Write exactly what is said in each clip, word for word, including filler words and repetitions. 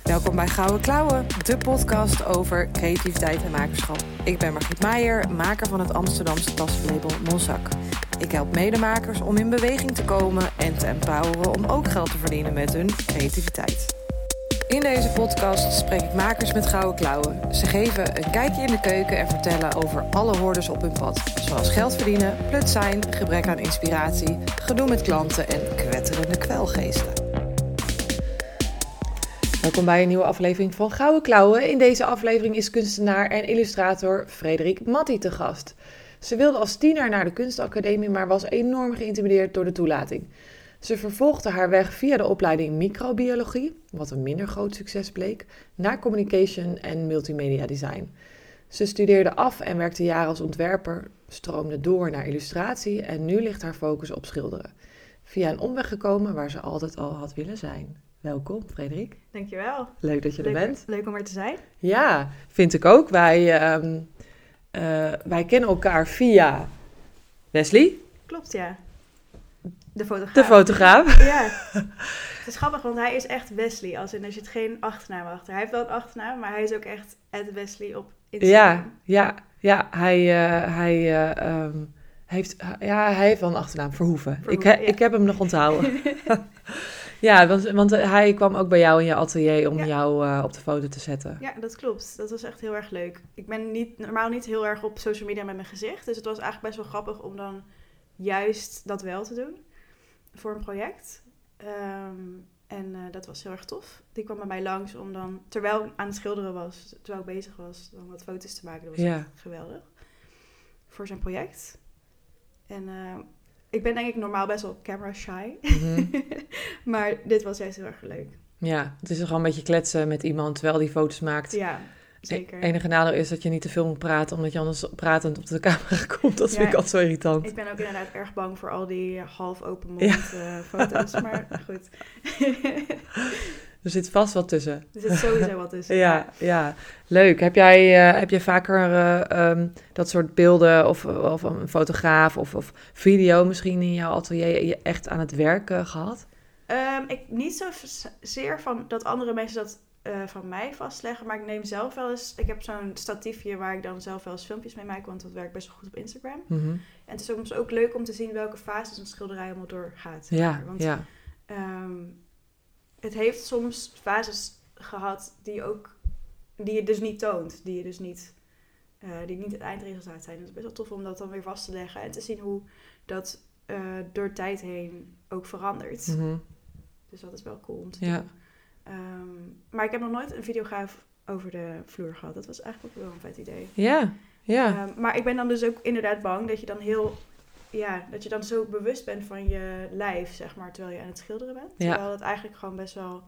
Welkom bij Gouden Klauwen, de podcast over creativiteit en makerschap. Ik ben Margriet Meijer, maker van het Amsterdamse taslabel Mossack. Ik help medemakers om in beweging te komen en te empoweren om ook geld te verdienen met hun creativiteit. In deze podcast spreek ik makers met gouden klauwen. Ze geven een kijkje in de keuken en vertellen over alle hordes op hun pad. Zoals geld verdienen, plut zijn, gebrek aan inspiratie, gedoe met klanten en kwetterende kwelgeesten. Welkom bij een nieuwe aflevering van Gouden Klauwen. In deze aflevering is kunstenaar en illustrator Frederik Matty te gast. Ze wilde als tiener naar de kunstacademie, maar was enorm geïntimideerd door de toelating. Ze vervolgde haar weg via de opleiding microbiologie, wat een minder groot succes bleek, naar communication en multimedia design. Ze studeerde af en werkte jaren als ontwerper, stroomde door naar illustratie en nu ligt haar focus op schilderen. Via een omweg gekomen waar ze altijd al had willen zijn. Welkom, Frederik. Dankjewel. Leuk dat je leuk, er bent. Leuk om er te zijn. Ja, vind ik ook. Wij, um, uh, wij kennen elkaar via Wesley. Klopt, ja. De fotograaf. De fotograaf. Ja. Het is grappig, want hij is echt Wesley. Als in, er zit geen achternaam achter. Hij heeft wel een achternaam, maar hij is ook echt at Wesley op Instagram. Ja, ja, ja. Hij, uh, hij, uh, um, heeft, ja, hij heeft wel een achternaam, Verhoeven. Verhoeven ik, he, ja. ik heb hem nog onthouden. Ja, want, want hij kwam ook bij jou in je atelier om ja. jou uh, op de foto te zetten. Ja, dat klopt. Dat was echt heel erg leuk. Ik ben niet, normaal niet heel erg op social media met mijn gezicht. Dus het was eigenlijk best wel grappig om dan juist dat wel te doen. Voor een project. Um, en uh, dat was heel erg tof. Die kwam bij mij langs om dan, terwijl ik aan het schilderen was, terwijl ik bezig was, dan wat foto's te maken. Dat was ja. echt geweldig. Voor zijn project. En uh, ik ben denk ik normaal best wel camera shy. Mm-hmm. Maar dit was juist heel erg leuk. Ja, het is gewoon een beetje kletsen met iemand terwijl die foto's maakt. Ja, zeker. Het enige nadeel is dat je niet te veel moet praten, omdat je anders pratend op de camera komt. Dat ja, vind ik altijd zo irritant. Ik ben ook inderdaad erg bang voor al die half open mond ja. uh, foto's, maar goed. Er zit vast wat tussen. Er zit sowieso wat tussen. Ja, ja. ja. Leuk. Heb jij, uh, heb jij vaker uh, um, dat soort beelden of, of een fotograaf of, of video misschien in jouw atelier echt aan het werk uh, gehad? Um, ik, niet zozeer van dat andere mensen dat uh, van mij vastleggen, maar ik neem zelf wel eens... Ik heb zo'n statiefje waar ik dan zelf wel eens filmpjes mee maak, want dat werkt best wel goed op Instagram. Mm-hmm. En het is soms ook leuk om te zien welke fases een schilderij helemaal doorgaat. Ja, want, ja. Um, het heeft soms fases gehad die, ook, die je dus niet toont. Die je dus niet, uh, die niet het eindresultaat zijn. Het is best wel tof om dat dan weer vast te leggen. En te zien hoe dat uh, door tijd heen ook verandert. Mm-hmm. Dus dat is wel cool om te ja. doen. Um, maar ik heb nog nooit een videograaf over de vloer gehad. Dat was eigenlijk ook wel een vet idee. Ja, ja. Um, maar ik ben dan dus ook inderdaad bang dat je dan heel... Ja, dat je dan zo bewust bent van je lijf, zeg maar, terwijl je aan het schilderen bent. Ja. Terwijl het eigenlijk gewoon best wel...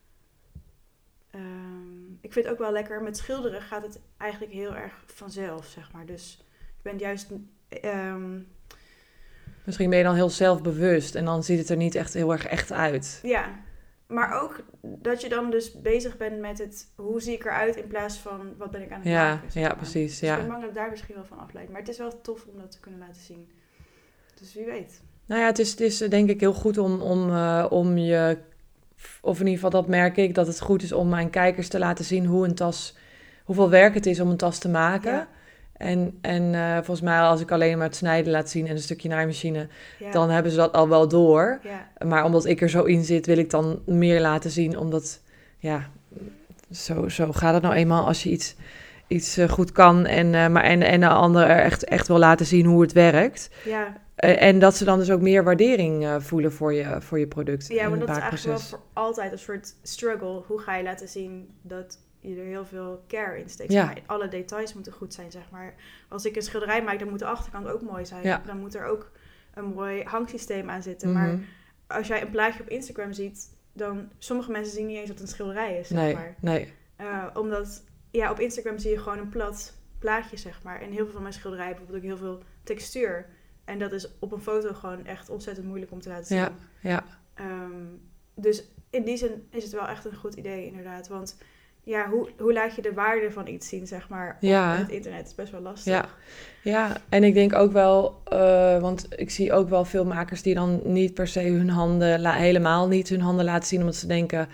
Um, ik vind het ook wel lekker, met schilderen gaat het eigenlijk heel erg vanzelf, zeg maar. Dus je bent juist... Um, Misschien ben je dan heel zelfbewust en dan ziet het er niet echt heel erg echt uit. Ja, maar ook dat je dan dus bezig bent met het... Hoe zie ik eruit in plaats van wat ben ik aan het ja, maken. Zeg ja, maar. precies. Dus ja. ik ben bang dat het daar misschien wel van afleidt. Maar het is wel tof om dat te kunnen laten zien. Dus wie weet. Nou ja, het is, het is denk ik heel goed om, om, uh, om je... Of in ieder geval dat merk ik, dat het goed is om mijn kijkers te laten zien hoe een tas... Hoeveel werk het is om een tas te maken. Ja. En, en uh, volgens mij als ik alleen maar het snijden laat zien en een stukje naaimachine... Ja. Dan hebben ze dat al wel door. Ja. Maar omdat ik er zo in zit, wil ik dan meer laten zien. Omdat, ja, zo, zo gaat het nou eenmaal als je iets... iets uh, goed kan en, uh, maar en, en de ander echt, echt wil laten zien hoe het werkt. Ja. Uh, en dat ze dan dus ook meer waardering uh, voelen voor je, voor je product. Ja, maar dat is eigenlijk wel voor altijd een soort struggle. Hoe ga je laten zien dat je er heel veel care in steekt? Ja. Maar alle details moeten goed zijn, zeg maar. Als ik een schilderij maak, dan moet de achterkant ook mooi zijn. Ja. Dan moet er ook een mooi hangsysteem aan zitten. Mm-hmm. Maar als jij een plaatje op Instagram ziet, dan... Sommige mensen zien niet eens dat het een schilderij is, zeg nee, maar. Nee, uh, Omdat... Ja, op Instagram zie je gewoon een plat plaatje, zeg maar. En heel veel van mijn schilderijen hebben bijvoorbeeld ook heel veel textuur. En dat is op een foto gewoon echt ontzettend moeilijk om te laten zien. Ja, ja. Um, dus in die zin is het wel echt een goed idee, inderdaad. Want ja, hoe, hoe laat je de waarde van iets zien, zeg maar, op ja. het internet? Het is best wel lastig. Ja, ja. En ik denk ook wel, uh, want ik zie ook wel veel makers die dan niet per se hun handen, la- helemaal niet hun handen laten zien, omdat ze denken...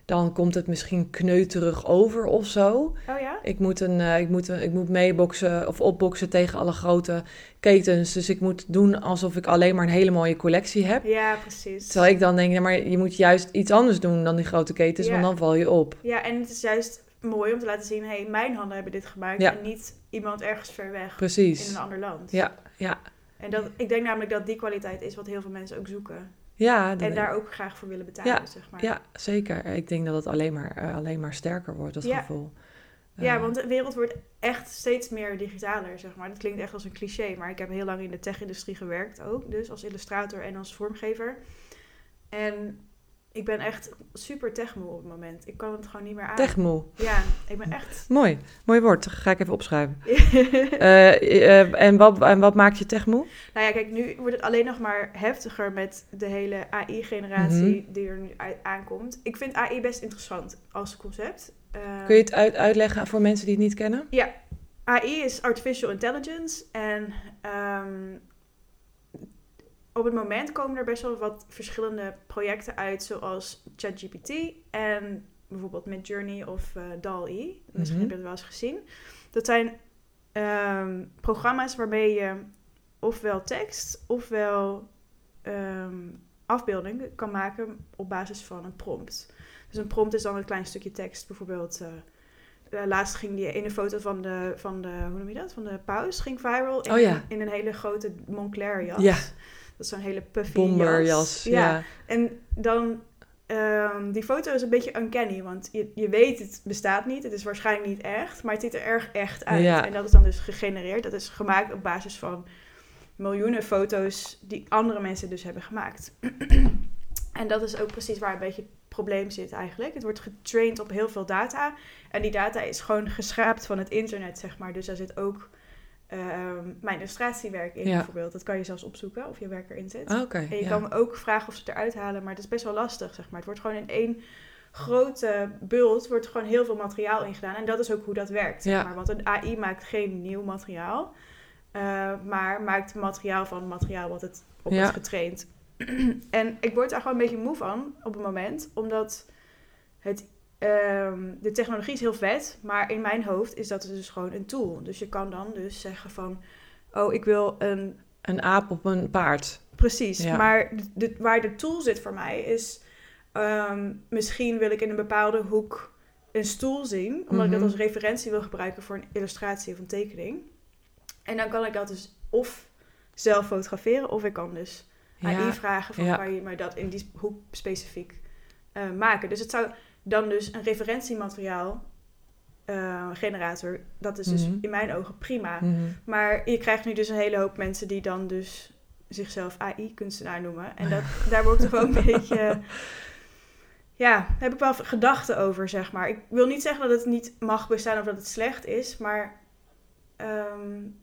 dan komt het misschien kneuterig over of zo. Oh ja? Ik moet, een, uh, ik moet, een, ik moet meeboksen of opboksen tegen alle grote ketens. Dus ik moet doen alsof ik alleen maar een hele mooie collectie heb. Ja, precies. Terwijl ik dan denk, ja, maar je moet juist iets anders doen dan die grote ketens, Ja. want dan val je op. Ja, en het is juist mooi om te laten zien, hé, hey, mijn handen hebben dit gemaakt. Ja. En niet iemand ergens ver weg Precies. in een ander land. Ja, ja. En dat, ik denk namelijk dat die kwaliteit is wat heel veel mensen ook zoeken. Ja, dat En daar ook graag voor willen betalen, Ja, zeg maar. Ja, zeker. Ik denk dat het alleen maar, uh, alleen maar sterker wordt, dat Ja. gevoel. Uh, Ja, want de wereld wordt echt steeds meer digitaler, zeg maar. Dat klinkt echt als een cliché, maar ik heb heel lang in de tech-industrie gewerkt ook. Dus als illustrator en als vormgever. En ik ben echt super techmoe op het moment. Ik kan het gewoon niet meer aan. Techmoe. Ja, ik ben echt... Mooi. Mooi woord. Dat ga ik even opschrijven. uh, uh, en, wat, en wat maakt je techmoe? Nou ja, kijk, nu wordt het alleen nog maar heftiger met de hele A I-generatie Mm-hmm. die er nu uit aankomt. Ik vind A I best interessant als concept. Uh, Kun je het uit, uitleggen voor mensen die het niet kennen? Ja, A I is Artificial Intelligence. En um, op het moment komen er best wel wat verschillende projecten uit, zoals ChatGPT en bijvoorbeeld Midjourney of uh, D A L L-E. Misschien Mm-hmm. heb je het wel eens gezien. Dat zijn um, programma's waarmee je ofwel tekst ofwel um, afbeelding kan maken op basis van een prompt. Dus een prompt is dan een klein stukje tekst. Bijvoorbeeld, uh, uh, laatst ging die ene foto van de, van de, hoe noem je dat, van de paus ging viral in, oh, ja. in een hele grote Moncler jas. Ja. Dat is zo'n hele puffy bomberjas. jas. Ja. ja. En dan, um, die foto is een beetje uncanny, want je, je weet het bestaat niet. Het is waarschijnlijk niet echt, maar het ziet er erg echt uit. Ja. En dat is dan dus gegenereerd. Dat is gemaakt op basis van miljoenen foto's die andere mensen dus hebben gemaakt. En dat is ook precies waar een beetje het probleem zit eigenlijk. Het wordt getraind op heel veel data. En die data is gewoon geschraapt van het internet, zeg maar. Dus daar zit ook um, mijn illustratiewerk in, ja. bijvoorbeeld. Dat kan je zelfs opzoeken of je werk erin zit. Oh, okay, en je ja. kan ook vragen of ze het eruit halen, maar het is best wel lastig, zeg maar. Het wordt gewoon in één grote bult, wordt gewoon heel veel materiaal ingedaan. En dat is ook hoe dat werkt, zeg ja. maar. Want een A I maakt geen nieuw materiaal, uh, maar maakt materiaal van materiaal wat het op ja. is getraind. En ik word daar gewoon een beetje moe van op het moment, omdat het, um, de technologie is heel vet, maar in mijn hoofd is dat dus gewoon een tool. Dus je kan dan dus zeggen van, oh, ik wil een... Een aap op een paard. Precies, ja. maar de, de, waar de tool zit voor mij is, um, misschien wil ik in een bepaalde hoek een stoel zien, omdat mm-hmm. ik dat als referentie wil gebruiken voor een illustratie of een tekening. En dan kan ik dat dus of zelf fotograferen, of ik kan dus A I ja. vragen van, ja. kan je maar dat in die hoek specifiek uh, maken. Dus het zou dan dus een referentiemateriaal uh, generator, dat is dus mm-hmm. in mijn ogen prima. Mm-hmm. Maar je krijgt nu dus een hele hoop mensen die dan dus zichzelf A I-kunstenaar noemen. En dat, daar word ik gewoon een beetje... Ja, heb ik wel gedachten over, zeg maar. Ik wil niet zeggen dat het niet mag bestaan of dat het slecht is, maar... Um,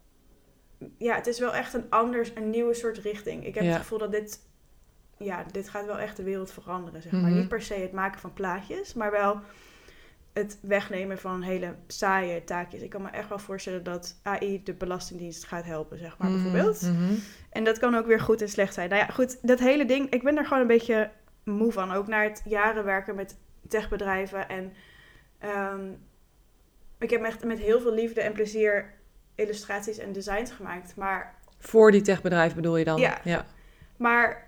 ja, het is wel echt een anders, een nieuwe soort richting. Ik heb ja. het gevoel dat dit... Ja, dit gaat wel echt de wereld veranderen, zeg maar. Mm-hmm. Niet per se het maken van plaatjes, maar wel het wegnemen van hele saaie taakjes. Ik kan me echt wel voorstellen dat A I de Belastingdienst gaat helpen, zeg maar, mm-hmm. bijvoorbeeld. Mm-hmm. En dat kan ook weer goed en slecht zijn. Nou ja, goed, dat hele ding... Ik ben er gewoon een beetje moe van. Ook naar het jaren werken met techbedrijven. En um, ik heb echt met heel veel liefde en plezier illustraties en designs gemaakt, maar... Voor die techbedrijf bedoel je dan? Ja. ja. Maar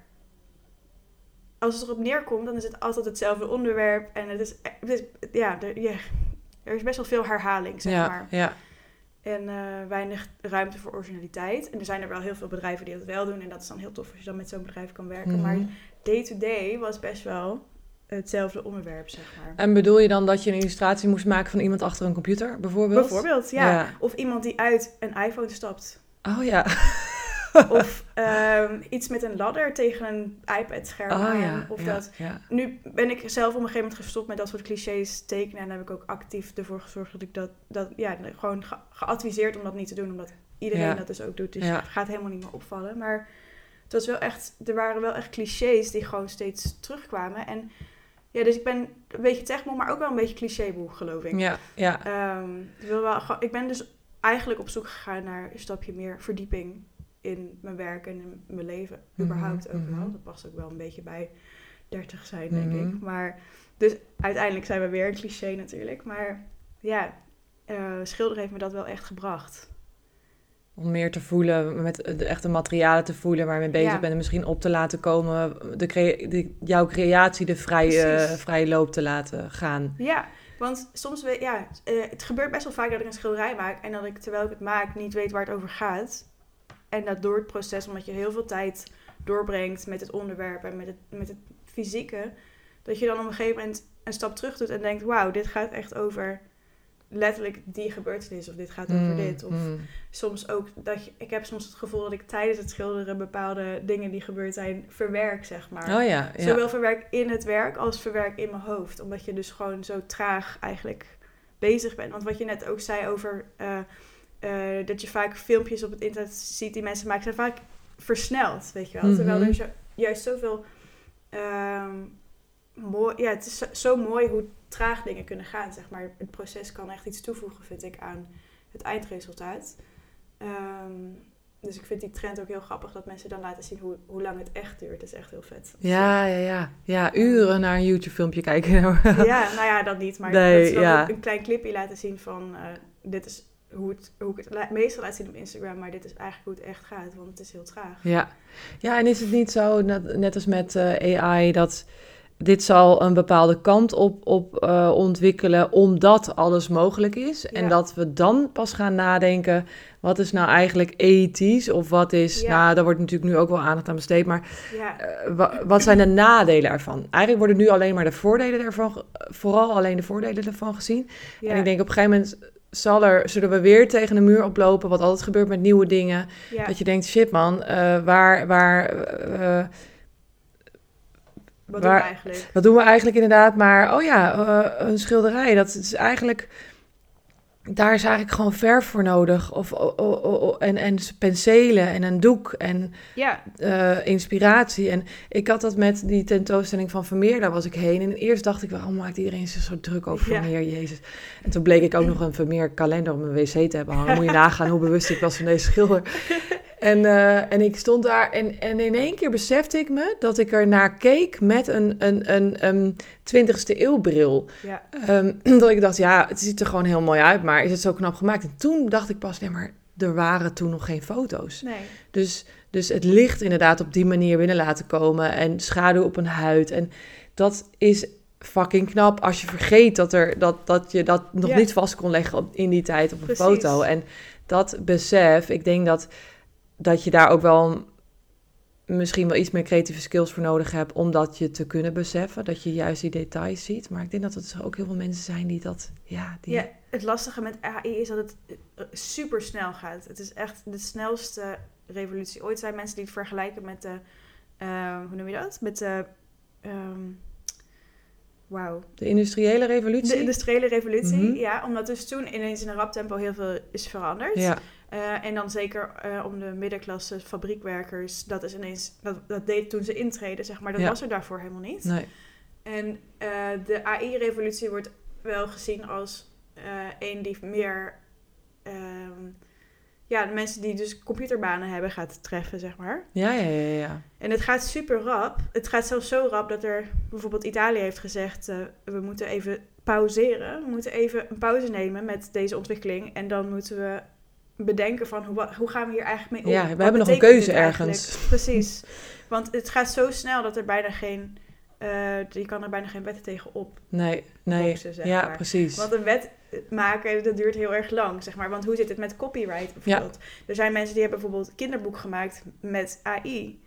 als het erop neerkomt, dan is het altijd hetzelfde onderwerp. En het is... Het is ja, er, ja, er is best wel veel herhaling, zeg ja, maar. Ja. En uh, weinig ruimte voor originaliteit. En er zijn er wel heel veel bedrijven die dat wel doen. En dat is dan heel tof als je dan met zo'n bedrijf kan werken. Mm-hmm. Maar day-to-day was best wel hetzelfde onderwerp, zeg maar. En bedoel je dan dat je een illustratie moest maken van iemand achter een computer, bijvoorbeeld? Bijvoorbeeld, ja. ja. Of iemand die uit een iPhone stapt. Oh ja. Of um, iets met een ladder tegen een iPad-scherm oh, aan. Ja, of ja, dat. Ja. Nu ben ik zelf op een gegeven moment gestopt met dat soort clichés tekenen. En dan heb ik ook actief ervoor gezorgd dat ik dat... dat ja, gewoon ge- geadviseerd om dat niet te doen. Omdat iedereen ja. dat dus ook doet. Dus ja. het gaat helemaal niet meer opvallen. Maar het was wel echt... Er waren wel echt clichés die gewoon steeds terugkwamen. En ja, dus ik ben een beetje techmoe, maar ook wel een beetje clichéboe, geloof ik. Ja, ja. Um, ik, wil wel, ik ben dus eigenlijk op zoek gegaan naar een stapje meer verdieping in mijn werk en in mijn leven. Überhaupt mm-hmm. overal. Dat past ook wel een beetje bij dertig zijn, denk Mhm. ik. Maar, dus uiteindelijk zijn we weer een cliché natuurlijk. Maar ja, uh, schilderen heeft me dat wel echt gebracht. Om meer te voelen, met de echte materialen te voelen waar je mee bezig Ja. bent. En misschien op te laten komen, de crea- de, jouw creatie de vrije, Precies. vrije loop te laten gaan. Ja, want soms, we, ja, uh, het gebeurt best wel vaak dat ik een schilderij maak. En dat ik, terwijl ik het maak, niet weet waar het over gaat. En dat door het proces, omdat je heel veel tijd doorbrengt met het onderwerp en met het, met het fysieke. Dat je dan op een gegeven moment een stap terug doet en denkt, wauw, dit gaat echt over letterlijk die gebeurtenis. Of dit gaat over Mm, dit. Of mm. soms ook, dat je, ik heb soms het gevoel dat ik tijdens het schilderen bepaalde dingen die gebeurd zijn, verwerk, zeg maar. Oh ja, ja. Zowel verwerk in het werk als verwerk in mijn hoofd. Omdat je dus gewoon zo traag eigenlijk bezig bent. Want wat je net ook zei over uh, uh, dat je vaak filmpjes op het internet ziet die mensen maken, zijn vaak versneld, weet je wel. Mm-hmm. Terwijl er zo, juist zoveel um, mooi, ja, het is zo, zo mooi hoe traag dingen kunnen gaan, zeg maar. Het proces kan echt iets toevoegen, vind ik, aan het eindresultaat. Um, dus ik vind die trend ook heel grappig, dat mensen dan laten zien hoe, hoe lang het echt duurt. Dat is echt heel vet. Ja, ja, ja. Ja, uren naar een YouTube-filmpje kijken. Ja, nou ja, dat niet. Maar nee, dat is dan ja. ook een klein clipje laten zien van, uh, dit is hoe, het, hoe ik het la- meestal laat zien op Instagram, maar dit is eigenlijk hoe het echt gaat, want het is heel traag. Ja, ja, en is het niet zo, net, net als met uh, A I, dat dit zal een bepaalde kant op, op uh, ontwikkelen, omdat alles mogelijk is. Ja. En dat we dan pas gaan nadenken, wat is nou eigenlijk ethisch? Of wat is, ja. nou, daar wordt natuurlijk nu ook wel aandacht aan besteed, maar ja. uh, wa- wat zijn de nadelen ervan? Eigenlijk worden nu alleen maar de voordelen ervan, vooral alleen de voordelen ervan gezien. Ja. En ik denk op een gegeven moment zal er, zullen we weer tegen de muur oplopen, wat altijd gebeurt met nieuwe dingen. Ja. Dat je denkt, shit man, uh, waar... waar uh, Wat waar, doen we eigenlijk? Wat doen we eigenlijk inderdaad? Maar, oh ja, uh, een schilderij, dat is eigenlijk... Daar is eigenlijk gewoon verf voor nodig. Of, oh, oh, oh, en, en penselen en een doek en ja. uh, inspiratie. En ik had dat met die tentoonstelling van Vermeer, daar was ik heen. En eerst dacht ik, waarom maakt iedereen zich zo druk over ja. Vermeer, Jezus. En toen bleek ik ook nog een Vermeer kalender op mijn wc te hebben hangen. Moet je nagaan hoe bewust ik was van deze schilder. En, uh, en ik stond daar en, en in één keer besefte ik me dat ik er naar keek met een, een, een, een twintigste eeuw bril. Ja. Um, dat ik dacht, ja, het ziet er gewoon heel mooi uit, maar is het zo knap gemaakt? En toen dacht ik pas, nee, maar er waren toen nog geen foto's. Nee. Dus, dus het licht inderdaad op die manier binnen laten komen en schaduw op een huid. En dat is fucking knap als je vergeet dat, er, dat, dat je dat nog ja. niet vast kon leggen op, in die tijd op een Precies. foto. En dat besef, ik denk dat... dat je daar ook wel misschien wel iets meer creatieve skills voor nodig hebt om dat je te kunnen beseffen, dat je juist die details ziet. Maar ik denk dat er ook heel veel mensen zijn die dat, ja... Die... Ja, het lastige met A I is dat het super snel gaat. Het is echt de snelste revolutie ooit. Er zijn mensen die het vergelijken met de, uh, hoe noem je dat? Met de, um, wauw. De industriële revolutie? De industriële revolutie, mm-hmm. ja. Omdat dus toen ineens in een rap tempo heel veel is veranderd. Ja. Uh, en dan zeker uh, om de middenklasse fabriekwerkers, dat is ineens, dat, dat deed toen ze intreden, zeg maar, dat ja. was er daarvoor helemaal niet. Nee. En uh, de A I-revolutie wordt wel gezien als uh, een die meer, uh, ja, de mensen die dus computerbanen hebben gaat treffen, zeg maar. Ja, ja, ja, ja. En het gaat super rap. Het gaat zelfs zo rap dat er bijvoorbeeld Italië heeft gezegd, uh, we moeten even pauzeren, we moeten even een pauze nemen met deze ontwikkeling en dan moeten we bedenken van hoe, hoe gaan we hier eigenlijk mee om? Ja, we Wat hebben nog een keuze ergens. Precies. Want het gaat zo snel dat er bijna geen... Uh, je kan er bijna geen wetten tegen op. Nee, nee. Boksen, zeg ja, maar. precies. Want een wet maken, dat duurt heel erg lang, zeg maar. Want hoe zit het met copyright bijvoorbeeld? Ja. Er zijn mensen die hebben bijvoorbeeld een kinderboek gemaakt met A I.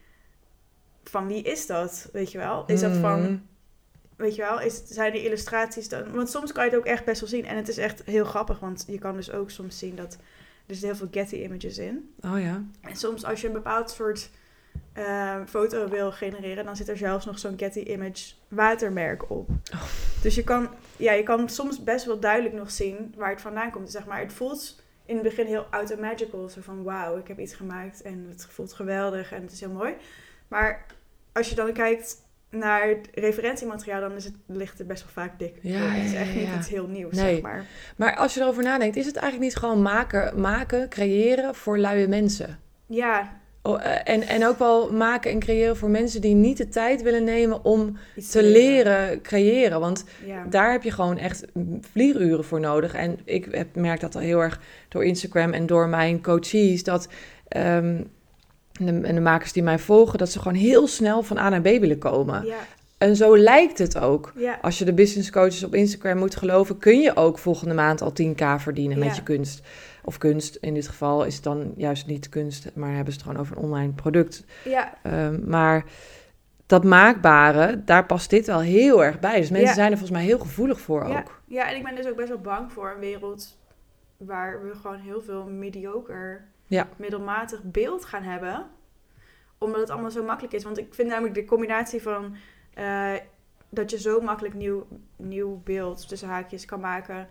Van wie is dat, weet je wel? Is dat van... Weet je wel, is, zijn die illustraties dan... Want soms kan je het ook echt best wel zien. En het is echt heel grappig, want je kan dus ook soms zien dat... Er zitten heel veel Getty images in. Oh ja. En soms als je een bepaald soort uh, foto wil genereren, dan zit er zelfs nog zo'n Getty image watermerk op. Oh. Dus je kan, ja, je kan soms best wel duidelijk nog zien waar het vandaan komt. Zeg maar, het voelt in het begin heel automagical. Zo van, wauw, ik heb iets gemaakt en het voelt geweldig en het is heel mooi. Maar als je dan kijkt naar het referentiemateriaal, dan is het, ligt er best wel vaak dik. Ja, het is echt ja, ja. niet iets heel nieuws, nee. zeg maar. Maar als je erover nadenkt, is het eigenlijk niet gewoon maken, maken, creëren voor luie mensen? Ja, Oh, eh, en, en ook wel maken en creëren voor mensen die niet de tijd willen nemen om Iets te leren creëren. Want Ja. daar heb je gewoon echt vlieguren voor nodig. En ik heb, merk dat al heel erg door Instagram en door mijn coaches, dat um, de, en de makers die mij volgen, dat ze gewoon heel snel van A naar B willen komen. Ja. En zo lijkt het ook. Ja. Als je de business coaches op Instagram moet geloven, kun je ook volgende maand al tien k verdienen Ja. met je kunst. Of kunst, in dit geval is het dan juist niet kunst, maar hebben ze het gewoon over een online product. Ja. Um, maar dat maakbare, daar past dit wel heel erg bij. Dus mensen Ja. zijn er volgens mij heel gevoelig voor Ja. ook. Ja, en ik ben dus ook best wel bang voor een wereld waar we gewoon heel veel mediocre, Ja. middelmatig beeld gaan hebben. Omdat het allemaal zo makkelijk is. Want ik vind namelijk de combinatie van uh, dat je zo makkelijk nieuw, nieuw beeld tussen haakjes kan maken.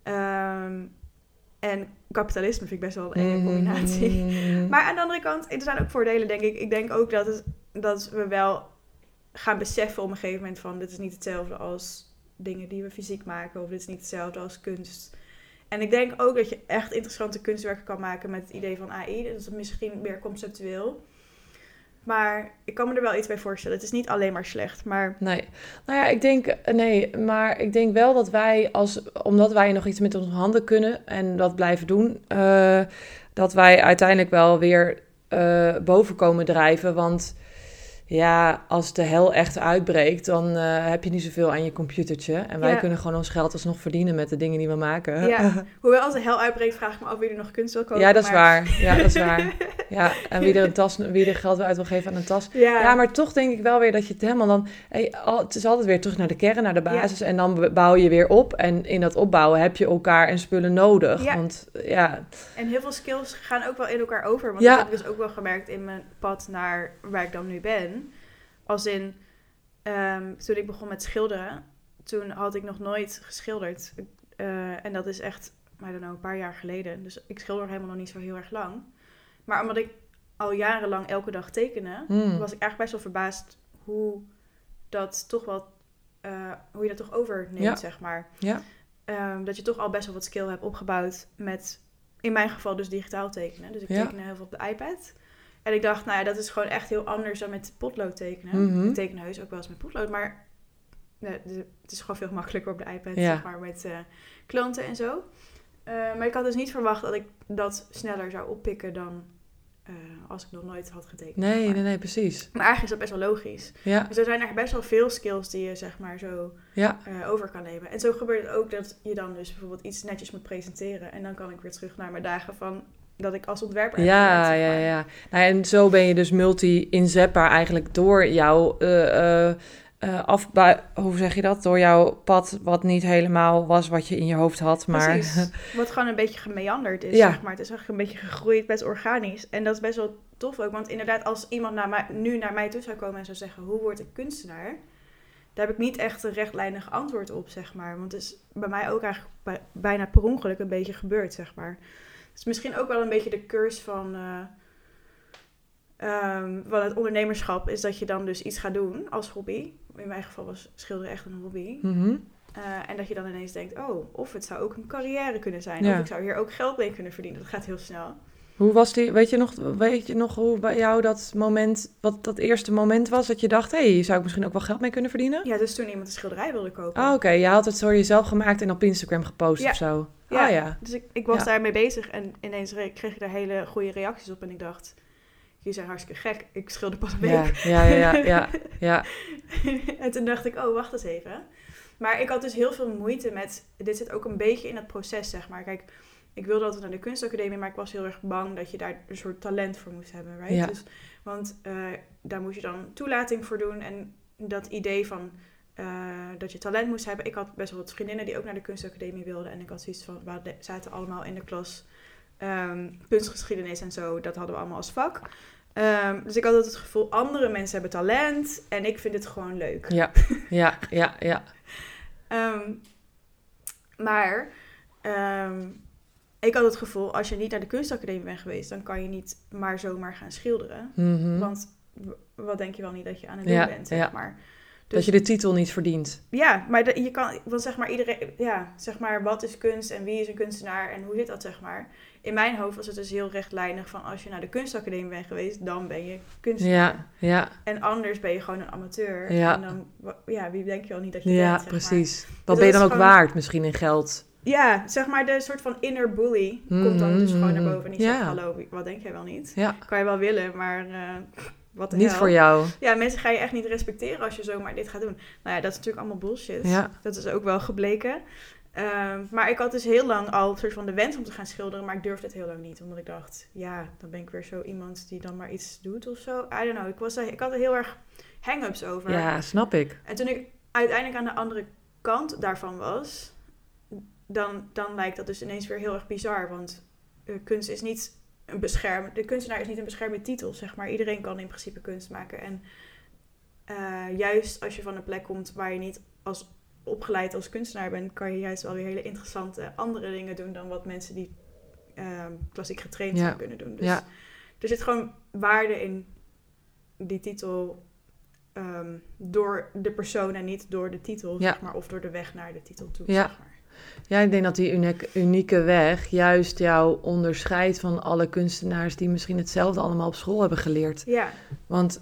Um, en kapitalisme vind ik best wel een enge combinatie. Mm. Maar aan de andere kant, er zijn ook voordelen, denk ik. Ik denk ook dat, het, dat we wel gaan beseffen op een gegeven moment van, dit is niet hetzelfde als dingen die we fysiek maken. Of dit is niet hetzelfde als kunst. En ik denk ook dat je echt interessante kunstwerken kan maken met het idee van A I. Dat is misschien meer conceptueel. Maar ik kan me er wel iets bij voorstellen. Het is niet alleen maar slecht, maar... Nee. Nou ja, ik denk... Nee, maar ik denk wel dat wij, als, omdat wij nog iets met onze handen kunnen en dat blijven doen, uh, dat wij uiteindelijk wel weer uh, boven komen drijven. Want ja, als de hel echt uitbreekt, dan uh, heb je niet zoveel aan je computertje. En wij Ja. kunnen gewoon ons geld alsnog verdienen met de dingen die we maken. Ja, hoewel als de hel uitbreekt, vraag ik me af wie er nog kunst wil kopen. Ja, dat is maar... waar. Ja, dat is waar. Ja, en wie er, een tas, wie er geld uit wil geven aan een tas. Ja. Ja, maar toch denk ik wel weer dat je het helemaal dan... Hey, al, het is altijd weer terug naar de kern, naar de basis. Ja. En dan bouw je weer op. En in dat opbouwen heb je elkaar en spullen nodig. Ja. Want ja... En heel veel skills gaan ook wel in elkaar over. Want Ja. dat heb ik dus ook wel gemerkt in mijn pad naar waar ik dan nu ben. Als in, um, toen ik begon met schilderen, toen had ik nog nooit geschilderd. Uh, en dat is echt, I don't know, een paar jaar geleden. Dus ik schilder helemaal nog niet zo heel erg lang. Maar omdat ik al jarenlang elke dag tekende, Hmm. was ik eigenlijk best wel verbaasd hoe dat toch wel, uh, hoe je dat toch overneemt, Ja. zeg maar. Ja. Um, dat je toch al best wel wat skill hebt opgebouwd met, in mijn geval dus digitaal tekenen. Dus ik Ja. teken heel veel op de iPad. En ik dacht, nou ja, dat is gewoon echt heel anders dan met potlood tekenen. Mhm. Ik teken heus ook wel eens met potlood, maar nee, de- het is gewoon veel makkelijker op de iPad, Ja. zeg maar, met uh, klanten en zo. Uh, maar ik had dus niet verwacht dat ik dat sneller zou oppikken dan uh, als ik nog nooit had getekend. zeg Nee, maar. nee, nee, precies. Maar eigenlijk is dat best wel logisch. Ja, Dus er zijn echt best wel veel skills die je, zeg maar, zo ja. uh, over kan nemen. En zo gebeurt het ook dat je dan dus bijvoorbeeld iets netjes moet presenteren. En dan kan ik weer terug naar mijn dagen van dat ik als ontwerper heb Ja, gewerkt, zeg ja, maar. ja. Nou, en zo ben je dus multi-inzetbaar eigenlijk door jouw uh, uh, uh, afbui... Hoe zeg je dat? Door jouw pad wat niet helemaal was wat je in je hoofd had, maar... Precies. Wat gewoon een beetje gemeanderd is, Ja. zeg maar. Het is eigenlijk een beetje gegroeid, best organisch. En dat is best wel tof ook. Want inderdaad, als iemand naar mij, nu naar mij toe zou komen en zou zeggen, hoe word ik kunstenaar? Daar heb ik niet echt een rechtlijnig antwoord op, zeg maar. Want het is bij mij ook eigenlijk bij, bijna per ongeluk een beetje gebeurd, zeg maar. Het is misschien ook wel een beetje de curse van, uh, um, van het ondernemerschap, is dat je dan dus iets gaat doen als hobby. In mijn geval was schilderen echt een hobby. Mm-hmm. Uh, en dat je dan ineens denkt, oh, of het zou ook een carrière kunnen zijn. Ja. Of ik zou hier ook geld mee kunnen verdienen. Dat gaat heel snel. Hoe was die, weet je nog, weet je nog hoe bij jou dat moment, wat dat eerste moment was dat je dacht, hé, hey, zou ik misschien ook wel geld mee kunnen verdienen? Ja, dus toen iemand een schilderij wilde kopen. Ah, oké, okay. Je had het voor jezelf gemaakt en op Instagram gepost Ja. of zo. Ja, Ah, ja. dus ik, ik was Ja. daarmee bezig en ineens re- kreeg ik daar hele goede reacties op. En ik dacht, jullie zijn hartstikke gek. Ik schilder pas een week. Ja, ja, ja, ja, ja, ja. En toen dacht ik, oh, wacht eens even. Maar ik had dus heel veel moeite met, dit zit ook een beetje in het proces, zeg maar. Kijk, ik wilde altijd naar de kunstacademie, maar ik was heel erg bang dat je daar een soort talent voor moest hebben, right? Ja. Dus, want uh, daar moest je dan toelating voor doen en dat idee van uh, dat je talent moest hebben. Ik had best wel wat vriendinnen die ook naar de kunstacademie wilden en ik had zoiets van, we zaten allemaal in de klas um, kunstgeschiedenis en zo, dat hadden we allemaal als vak. Um, dus ik had altijd het gevoel, andere mensen hebben talent en ik vind het gewoon leuk. Ja, ja, ja, ja. Um, maar um, ik had het gevoel, als je niet naar de kunstacademie bent geweest, dan kan je niet maar zomaar gaan schilderen. Mm-hmm. Want w- wat denk je wel niet dat je aan het doen Ja, bent, zeg ja. maar. dat je de titel niet verdient. Ja, maar de, je kan, want zeg maar iedereen, ja, zeg maar wat is kunst en wie is een kunstenaar en hoe zit dat, zeg maar. In mijn hoofd was het dus heel rechtlijnig van als je naar de kunstacademie bent geweest, dan ben je kunstenaar. Ja, ja. En anders ben je gewoon een amateur. Ja. En dan, ja, wie denk je al niet dat je Ja, bent, zeg precies. maar. Wat Dus ben je dat dan is ook gewoon- waard misschien in geld? Ja, zeg maar de soort van inner bully komt dan dus gewoon naar boven. En die Ja. zegt, hallo, wie- wat denk jij wel niet? Ja, Kan je wel willen, maar uh, wat de niet hel. voor jou. Ja, mensen gaan je echt niet respecteren als je zomaar dit gaat doen. Nou ja, dat is natuurlijk allemaal bullshit. Ja. Dat is ook wel gebleken. Um, maar ik had dus heel lang al een soort van de wens om te gaan schilderen, maar ik durfde het heel lang niet. Omdat ik dacht, ja, dan ben ik weer zo iemand die dan maar iets doet of zo. I don't know, ik, was er, ik had er heel erg hang-ups over. Ja, snap ik. En toen ik uiteindelijk aan de andere kant daarvan was, dan, dan lijkt dat dus ineens weer heel erg bizar. Want uh, kunst is niet een bescherm... De kunstenaar is niet een beschermde titel, zeg maar. Iedereen kan in principe kunst maken. En uh, juist als je van een plek komt waar je niet als opgeleid als kunstenaar bent, kan je juist wel weer hele interessante andere dingen doen dan wat mensen die uh, klassiek getraind zijn Ja. kunnen doen. Dus Ja. er zit gewoon waarde in die titel um, door de persoon en niet door de titel, Ja. zeg maar, of door de weg naar de titel toe, Ja. zeg maar. Ja, ik denk dat die unieke, unieke weg juist jou onderscheidt van alle kunstenaars die misschien hetzelfde allemaal op school hebben geleerd. Ja, Want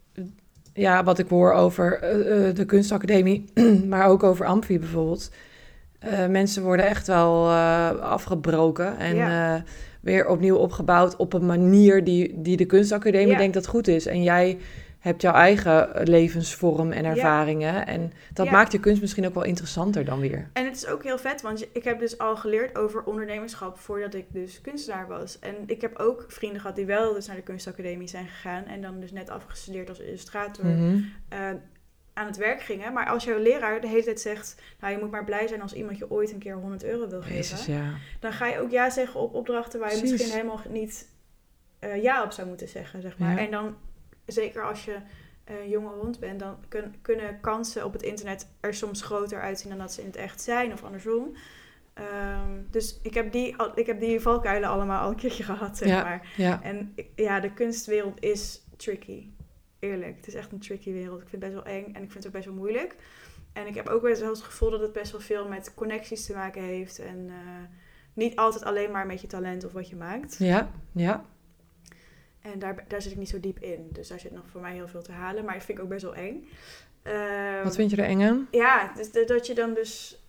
ja, wat ik hoor over uh, uh, de kunstacademie, maar ook over Amfi bijvoorbeeld. Uh, mensen worden echt wel uh, afgebroken en Ja. uh, weer opnieuw opgebouwd op een manier die, die de kunstacademie Ja. denkt dat goed is. En jij hebt jouw eigen levensvorm en ervaringen. Ja. En dat Ja. maakt je kunst misschien ook wel interessanter dan weer. en het is ook heel vet, want ik heb dus al geleerd over ondernemerschap voordat ik dus kunstenaar was. En ik heb ook vrienden gehad die wel dus naar de kunstacademie zijn gegaan en dan dus net afgestudeerd als illustrator Mm-hmm. uh, aan het werk gingen. Maar als jouw leraar de hele tijd zegt, nou je moet maar blij zijn als iemand je ooit een keer honderd euro wil geven. Jezus, ja. Dan ga je ook ja zeggen op opdrachten waar je Precies. misschien helemaal niet uh, ja op zou moeten zeggen, zeg maar. Ja. En dan, zeker als je een uh, jonge hond bent, dan kun, kunnen kansen op het internet er soms groter uitzien dan dat ze in het echt zijn, of andersom. Um, dus ik heb, die, ik heb die valkuilen allemaal al een keertje gehad, zeg Ja. maar. Ja. En ja, de kunstwereld is tricky. Eerlijk, het is echt een tricky wereld. Ik vind het best wel eng en ik vind het ook best wel moeilijk. En ik heb ook wel eens het gevoel dat het best wel veel met connecties te maken heeft. En uh, niet altijd alleen maar met je talent of wat je maakt. Ja, ja. En daar, daar zit ik niet zo diep in. Dus daar zit nog voor mij heel veel te halen. Maar dat vind ik ook best wel eng. Um, Wat vind je er eng aan? Ja, dus dat je dan dus...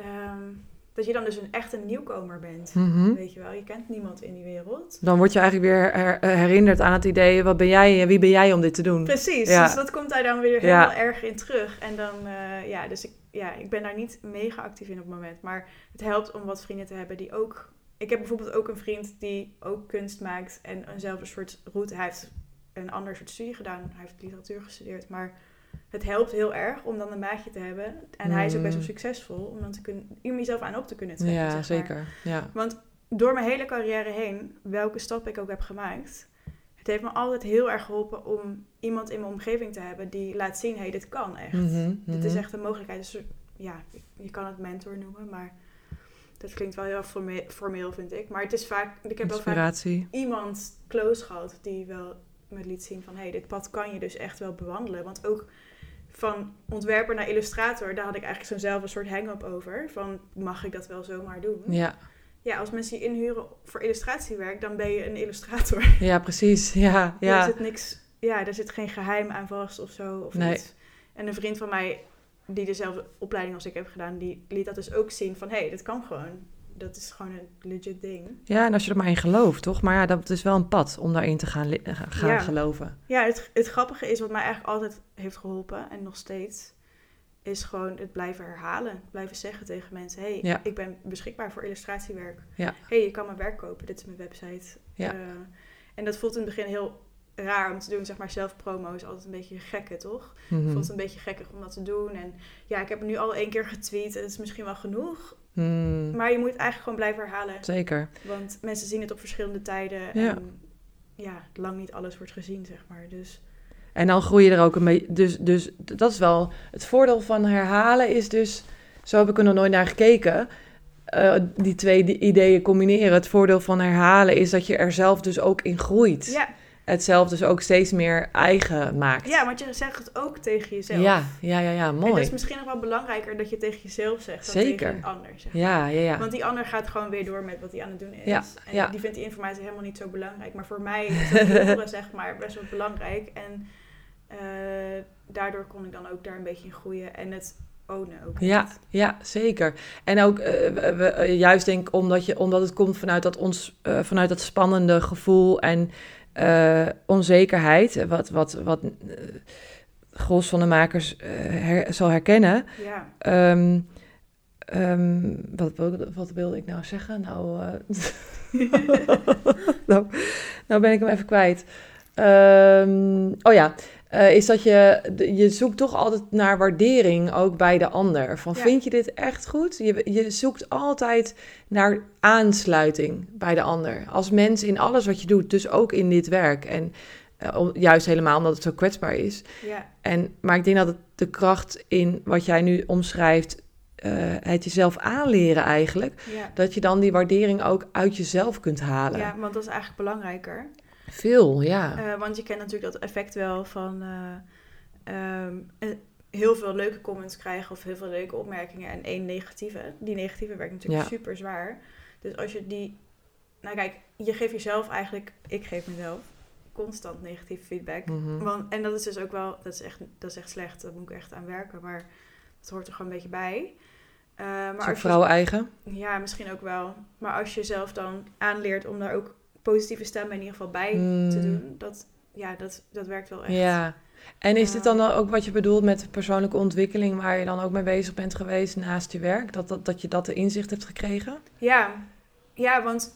Um, dat je dan dus een echte nieuwkomer bent. Mm-hmm. Weet je wel, je kent niemand in die wereld. Dan word je eigenlijk weer her- herinnerd aan het idee, wat ben jij, wie ben jij om dit te doen? Precies, Ja. dus dat komt daar dan weer heel Ja. erg in terug. En dan, uh, ja, dus ik, ja, ik ben daar niet mega actief in op het moment. Maar het helpt om wat vrienden te hebben die ook... Ik heb bijvoorbeeld ook een vriend die ook kunst maakt en eenzelfde soort route. Hij heeft een ander soort studie gedaan. Hij heeft literatuur gestudeerd, maar het helpt heel erg om dan een maatje te hebben. En Mm. hij is ook best wel succesvol om dan te kunnen, om jezelf aan op te kunnen trekken. Ja, zeg maar. zeker. Ja. Want door mijn hele carrière heen, welke stap ik ook heb gemaakt, het heeft me altijd heel erg geholpen om iemand in mijn omgeving te hebben die laat zien, hé, hey, dit kan echt. Mm-hmm, Dit is mm-hmm. echt een mogelijkheid. Dus ja, je kan het mentor noemen, maar dat klinkt wel heel erg forme- formeel, vind ik. Maar het is vaak, ik heb wel vaak Inspiratie. iemand close gehad die wel me liet zien van, hé, hey, dit pad kan je dus echt wel bewandelen. Want ook van ontwerper naar illustrator, daar had ik eigenlijk zo'nzelfde soort hang-up over. Van, mag ik dat wel zomaar doen? Ja. Ja, als mensen je inhuren voor illustratiewerk, dan ben je een illustrator. Ja, precies. Ja, Ja. ja. Er zit niks, ja, er zit geen geheim aan vast of zo. Of Nee. iets. En een vriend van mij, die dezelfde opleiding als ik heb gedaan, die liet dat dus ook zien van, hé, hey, dit kan gewoon. Dat is gewoon een legit ding. Ja, en als je er maar in gelooft, toch? Maar ja, dat is wel een pad om daarin te gaan, li- gaan Ja. geloven. Ja, het, het grappige is, wat mij eigenlijk altijd heeft geholpen, en nog steeds, is gewoon het blijven herhalen. Blijven zeggen tegen mensen, hé, hey, Ja. ik ben beschikbaar voor illustratiewerk. Ja. Hé, hey, je kan mijn werk kopen, dit is mijn website. Ja. Uh, en dat voelt in het begin heel raar om te doen, zeg maar, zelfpromo is altijd een beetje gekke, toch? Mm-hmm. Ik vond het een beetje gekkig om dat te doen. En ja, ik heb het nu al één keer getweet. Het is misschien wel genoeg. Mm, Maar je moet het eigenlijk gewoon blijven herhalen. zeker. Want mensen zien het op verschillende tijden. Ja. En ja, lang niet alles wordt gezien, zeg maar. Dus En dan groei je er ook een beetje... Dus, dus dat is wel... Het voordeel van herhalen is dus... Zo heb ik er nog nooit naar gekeken. Uh, die twee die ideeën combineren. Het voordeel van herhalen is dat je er zelf dus ook in groeit. ja, het zelf dus ook steeds meer eigen maakt. Ja, want je zegt het ook tegen jezelf. Ja, ja, ja, ja, mooi. En dat is misschien nog wel belangrijker dat je het tegen jezelf zegt dan Zeker. tegen een ander. Zeg maar. Ja, ja, ja. Want die ander gaat gewoon weer door met wat hij aan het doen is. Ja, en ja. die vindt die informatie helemaal niet zo belangrijk. Maar voor mij is dat horen, zeg maar, best wel belangrijk. En uh, daardoor kon ik dan ook daar een beetje in groeien. En het ownen ook. Ja, ja, zeker. En ook uh, we, we, juist denk ik omdat, je, omdat het komt vanuit dat, ons, uh, vanuit dat spannende gevoel en uh, onzekerheid. Wat, wat, wat uh, Gros van de makers uh, her, zal herkennen. Ja. Um, um, wat, wat wilde ik nou zeggen? Nou, uh, nou, nou ben ik hem even kwijt. Um, oh ja. Uh, is dat je, je zoekt toch altijd naar waardering, ook bij de ander. Van, ja. Vind je dit echt goed? Je, je zoekt altijd naar aansluiting bij de ander. Als mens in alles wat je doet, dus ook in dit werk. En uh, juist helemaal omdat het zo kwetsbaar is. Ja. En, maar ik denk dat het de kracht in wat jij nu omschrijft, uh, het jezelf aanleren eigenlijk, ja. dat je dan die waardering ook uit jezelf kunt halen. Ja, want dat is eigenlijk belangrijker. Veel, ja. Uh, want je kent natuurlijk dat effect wel van uh, um, heel veel leuke comments krijgen of heel veel leuke opmerkingen en één negatieve. Die negatieve werkt natuurlijk ja. super zwaar. Dus als je die... Nou kijk, je geeft jezelf eigenlijk... Ik geef mezelf constant negatieve feedback. Mm-hmm. Want, en dat is dus ook wel... Dat is, echt, dat is echt slecht. Daar moet ik echt aan werken. Maar dat hoort er gewoon een beetje bij. Uh, maar is ook vrouwen eigen? Ja, misschien ook wel. Maar als je zelf dan aanleert om daar ook positieve stemmen in ieder geval bij mm. te doen. Dat, ja, dat, dat werkt wel echt. Ja. En is uh, dit dan ook wat je bedoelt met persoonlijke ontwikkeling, waar je dan ook mee bezig bent geweest naast je werk? Dat, dat, dat je dat de inzicht hebt gekregen? Ja. Ja, want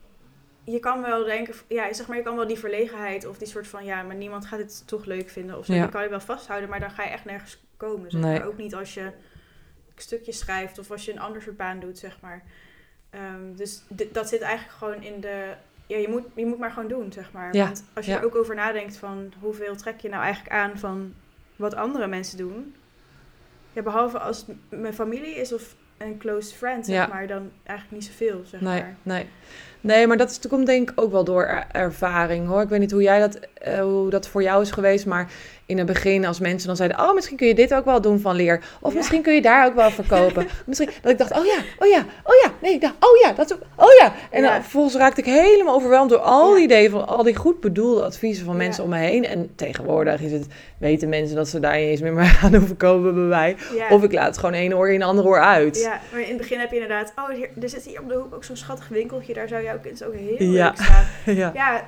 je kan wel denken, ja, zeg maar, je kan wel die verlegenheid of die soort van, ja, maar niemand gaat het toch leuk vinden of zo. Ja. Die kan je wel vasthouden, maar dan ga je echt nergens komen. Zeg nee. maar. Ook niet als je stukjes schrijft of als je een ander soort baan doet, zeg maar. Um, dus d- dat zit eigenlijk gewoon in de... Ja, je moet, je moet maar gewoon doen, zeg maar. Ja, Want als je ja. er ook over nadenkt van hoeveel trek je nou eigenlijk aan van wat andere mensen doen. Ja, behalve als het mijn familie is of een close friend, zeg ja. maar, dan eigenlijk niet zoveel, zeg nee, maar. Nee, nee, maar dat is, komt denk ik ook wel door er- ervaring, hoor. Ik weet niet hoe jij dat, uh, hoe dat voor jou is geweest, maar in het begin als mensen dan zeiden, oh, misschien kun je dit ook wel doen van leer. Of ja. misschien kun je daar ook wel verkopen. misschien dat ik dacht, oh ja, oh ja, oh ja, nee, da, oh ja, dat ook, oh ja. En ja. dan vervolgens raakte ik helemaal overweldigd door al die ja. ideeën van al die goed bedoelde adviezen van ja. mensen om me heen. En tegenwoordig is het, weten mensen dat ze daar niet eens meer mee gaan hoeven komen bij mij. Ja. Of ik laat het gewoon één oor in, ander oor uit. Ja, maar in het begin heb je inderdaad, oh, hier, er zit hier op de hoek ook zo'n schattig winkeltje, daar zou jouw kind ook heel ja. leuk staan. ja. Ja,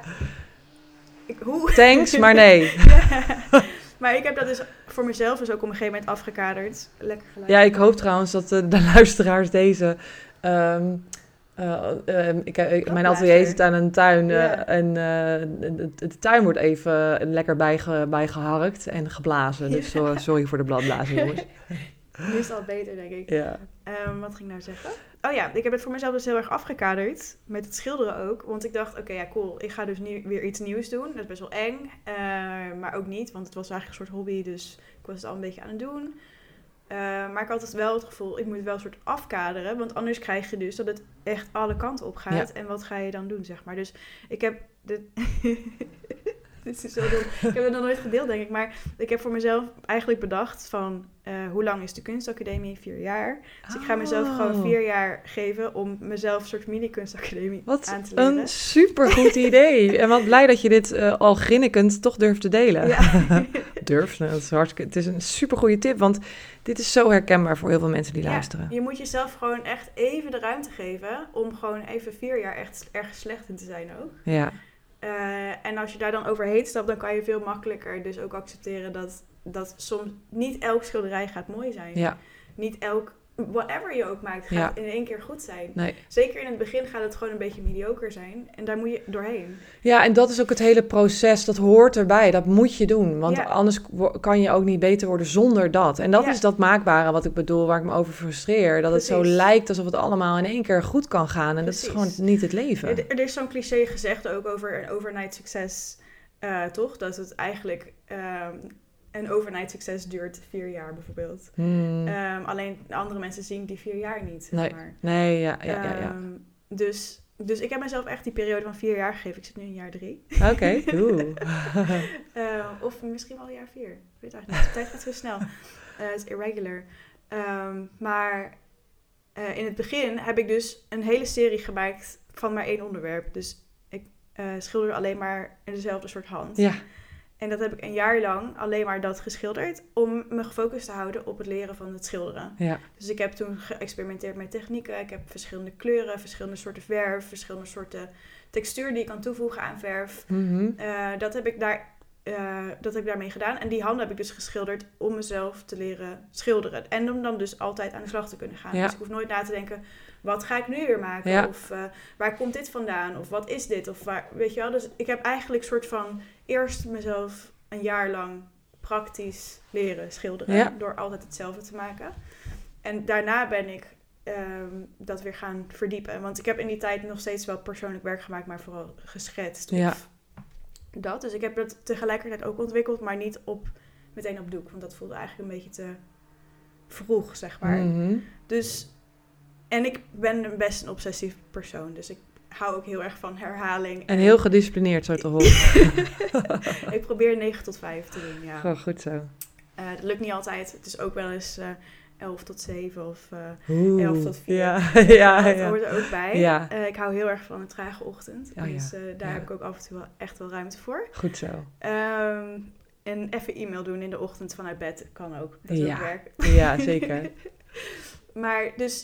ik, hoe? Thanks, maar nee. ja. Maar ik heb dat dus voor mezelf dus ook op een gegeven moment afgekaderd. Lekker geluid. Ja, ik hoop trouwens dat de, de luisteraars deze... Um, uh, uh, ik, ik, mijn atelier zit aan een tuin uh, yeah. en uh, de, de tuin wordt even lekker bijge, bijgeharkt en geblazen. Yeah. Dus so, sorry voor de bladblazen, jongens. Nu is het al beter, denk ik. Ja. Um, wat ging ik nou zeggen? Oh ja, ik heb het voor mezelf dus heel erg afgekaderd. Met het schilderen ook. Want ik dacht, oké, okay, ja, cool. Ik ga dus nu weer iets nieuws doen. Dat is best wel eng. Uh, maar ook niet, want het was eigenlijk een soort hobby. Dus ik was het al een beetje aan het doen. Uh, maar ik had het wel het gevoel, ik moet het wel een soort afkaderen. Want anders krijg je dus dat het echt alle kanten op gaat. Ja. En wat ga je dan doen, zeg maar. Dus ik heb... De Dit is zo dom. Ik heb het nog nooit gedeeld, denk ik. Maar ik heb voor mezelf eigenlijk bedacht van... Uh, hoe lang is de kunstacademie? Vier jaar. Dus oh. ik ga mezelf gewoon vier jaar geven... om mezelf een soort mini-kunstacademie wat aan te leren. Wat een supergoed idee. En wat blij dat je dit uh, al grinnikend toch durft te delen. Ja. Durf, nou, dat is hartstikke... Het is een supergoeie tip, want dit is zo herkenbaar voor heel veel mensen die ja, luisteren. Je moet jezelf gewoon echt even de ruimte geven... om gewoon even vier jaar echt erg slecht in te zijn ook. Ja. Uh, en als je daar dan overheen stapt, dan kan je veel makkelijker dus ook accepteren dat, dat soms niet elk schilderij gaat mooi zijn. Ja. Niet elk, whatever je ook maakt, gaat ja. in één keer goed zijn. Nee. Zeker in het begin gaat het gewoon een beetje mediocre zijn. En daar moet je doorheen. Ja, en dat is ook het hele proces. Dat hoort erbij. Dat moet je doen. Want ja. anders kan je ook niet beter worden zonder dat. En dat ja. is dat maakbare wat ik bedoel, waar ik me over frustreer. Dat Precies. het zo lijkt alsof het allemaal in één keer goed kan gaan. En Precies. dat is gewoon niet het leven. Er, er is zo'n cliché gezegd ook over een overnight succes, uh, toch? Dat het eigenlijk... Um, een overnight succes duurt vier jaar bijvoorbeeld. Hmm. Um, alleen andere mensen zien die vier jaar niet. Zeg nee, maar. nee, ja, ja, ja, ja. Um, dus dus ik heb mezelf echt die periode van vier jaar gegeven. Ik zit nu in jaar drie. Oké, okay, oeh. uh, of misschien wel jaar vier. Ik weet eigenlijk niet. De tijd gaat zo snel. Uh, het is irregular. Um, maar uh, in het begin heb ik dus een hele serie gemaakt van maar één onderwerp. Dus ik uh, schilder alleen maar in dezelfde soort hand. Ja. En dat heb ik een jaar lang alleen maar dat geschilderd om me gefocust te houden op het leren van het schilderen. Ja. Dus ik heb toen geëxperimenteerd met technieken. Ik heb verschillende kleuren, verschillende soorten verf, verschillende soorten textuur die ik kan toevoegen aan verf. Mm-hmm. Uh, dat heb ik daar, uh, dat heb ik daarmee gedaan. En die handen heb ik dus geschilderd om mezelf te leren schilderen. En om dan dus altijd aan de slag te kunnen gaan. Ja. Dus ik hoef nooit na te denken, wat ga ik nu weer maken? Ja. Of uh, waar komt dit vandaan? Of wat is dit? Of waar, weet je wel? Dus ik heb eigenlijk soort van eerst mezelf een jaar lang praktisch leren schilderen. Ja. Door altijd hetzelfde te maken. En daarna ben ik um, dat weer gaan verdiepen. Want ik heb in die tijd nog steeds wel persoonlijk werk gemaakt, maar vooral geschetst. Of Ja. dat. Dus ik heb dat tegelijkertijd ook ontwikkeld, maar niet op, meteen op doek. Want dat voelde eigenlijk een beetje te vroeg, zeg maar. Mm-hmm. Dus, en ik ben best een obsessief persoon. Dus ik hou ook heel erg van herhaling. En heel gedisciplineerd, zo te horen. Ik probeer negen tot vijf te doen, ja. Gewoon goed zo. Uh, dat lukt niet altijd. Het is ook wel eens uh, elf tot zeven of uh, elf tot vier. Ja, ja, dat ja. hoort er ook bij. Ja. Uh, ik hou heel erg van een trage ochtend. Oh, dus ja. uh, daar Ja. heb ik ook af en toe wel echt wel ruimte voor. Goed zo. Um, en even e-mail doen in de ochtend vanuit bed kan ook. Dat is Ja. ook werk. Ja, zeker. Maar dus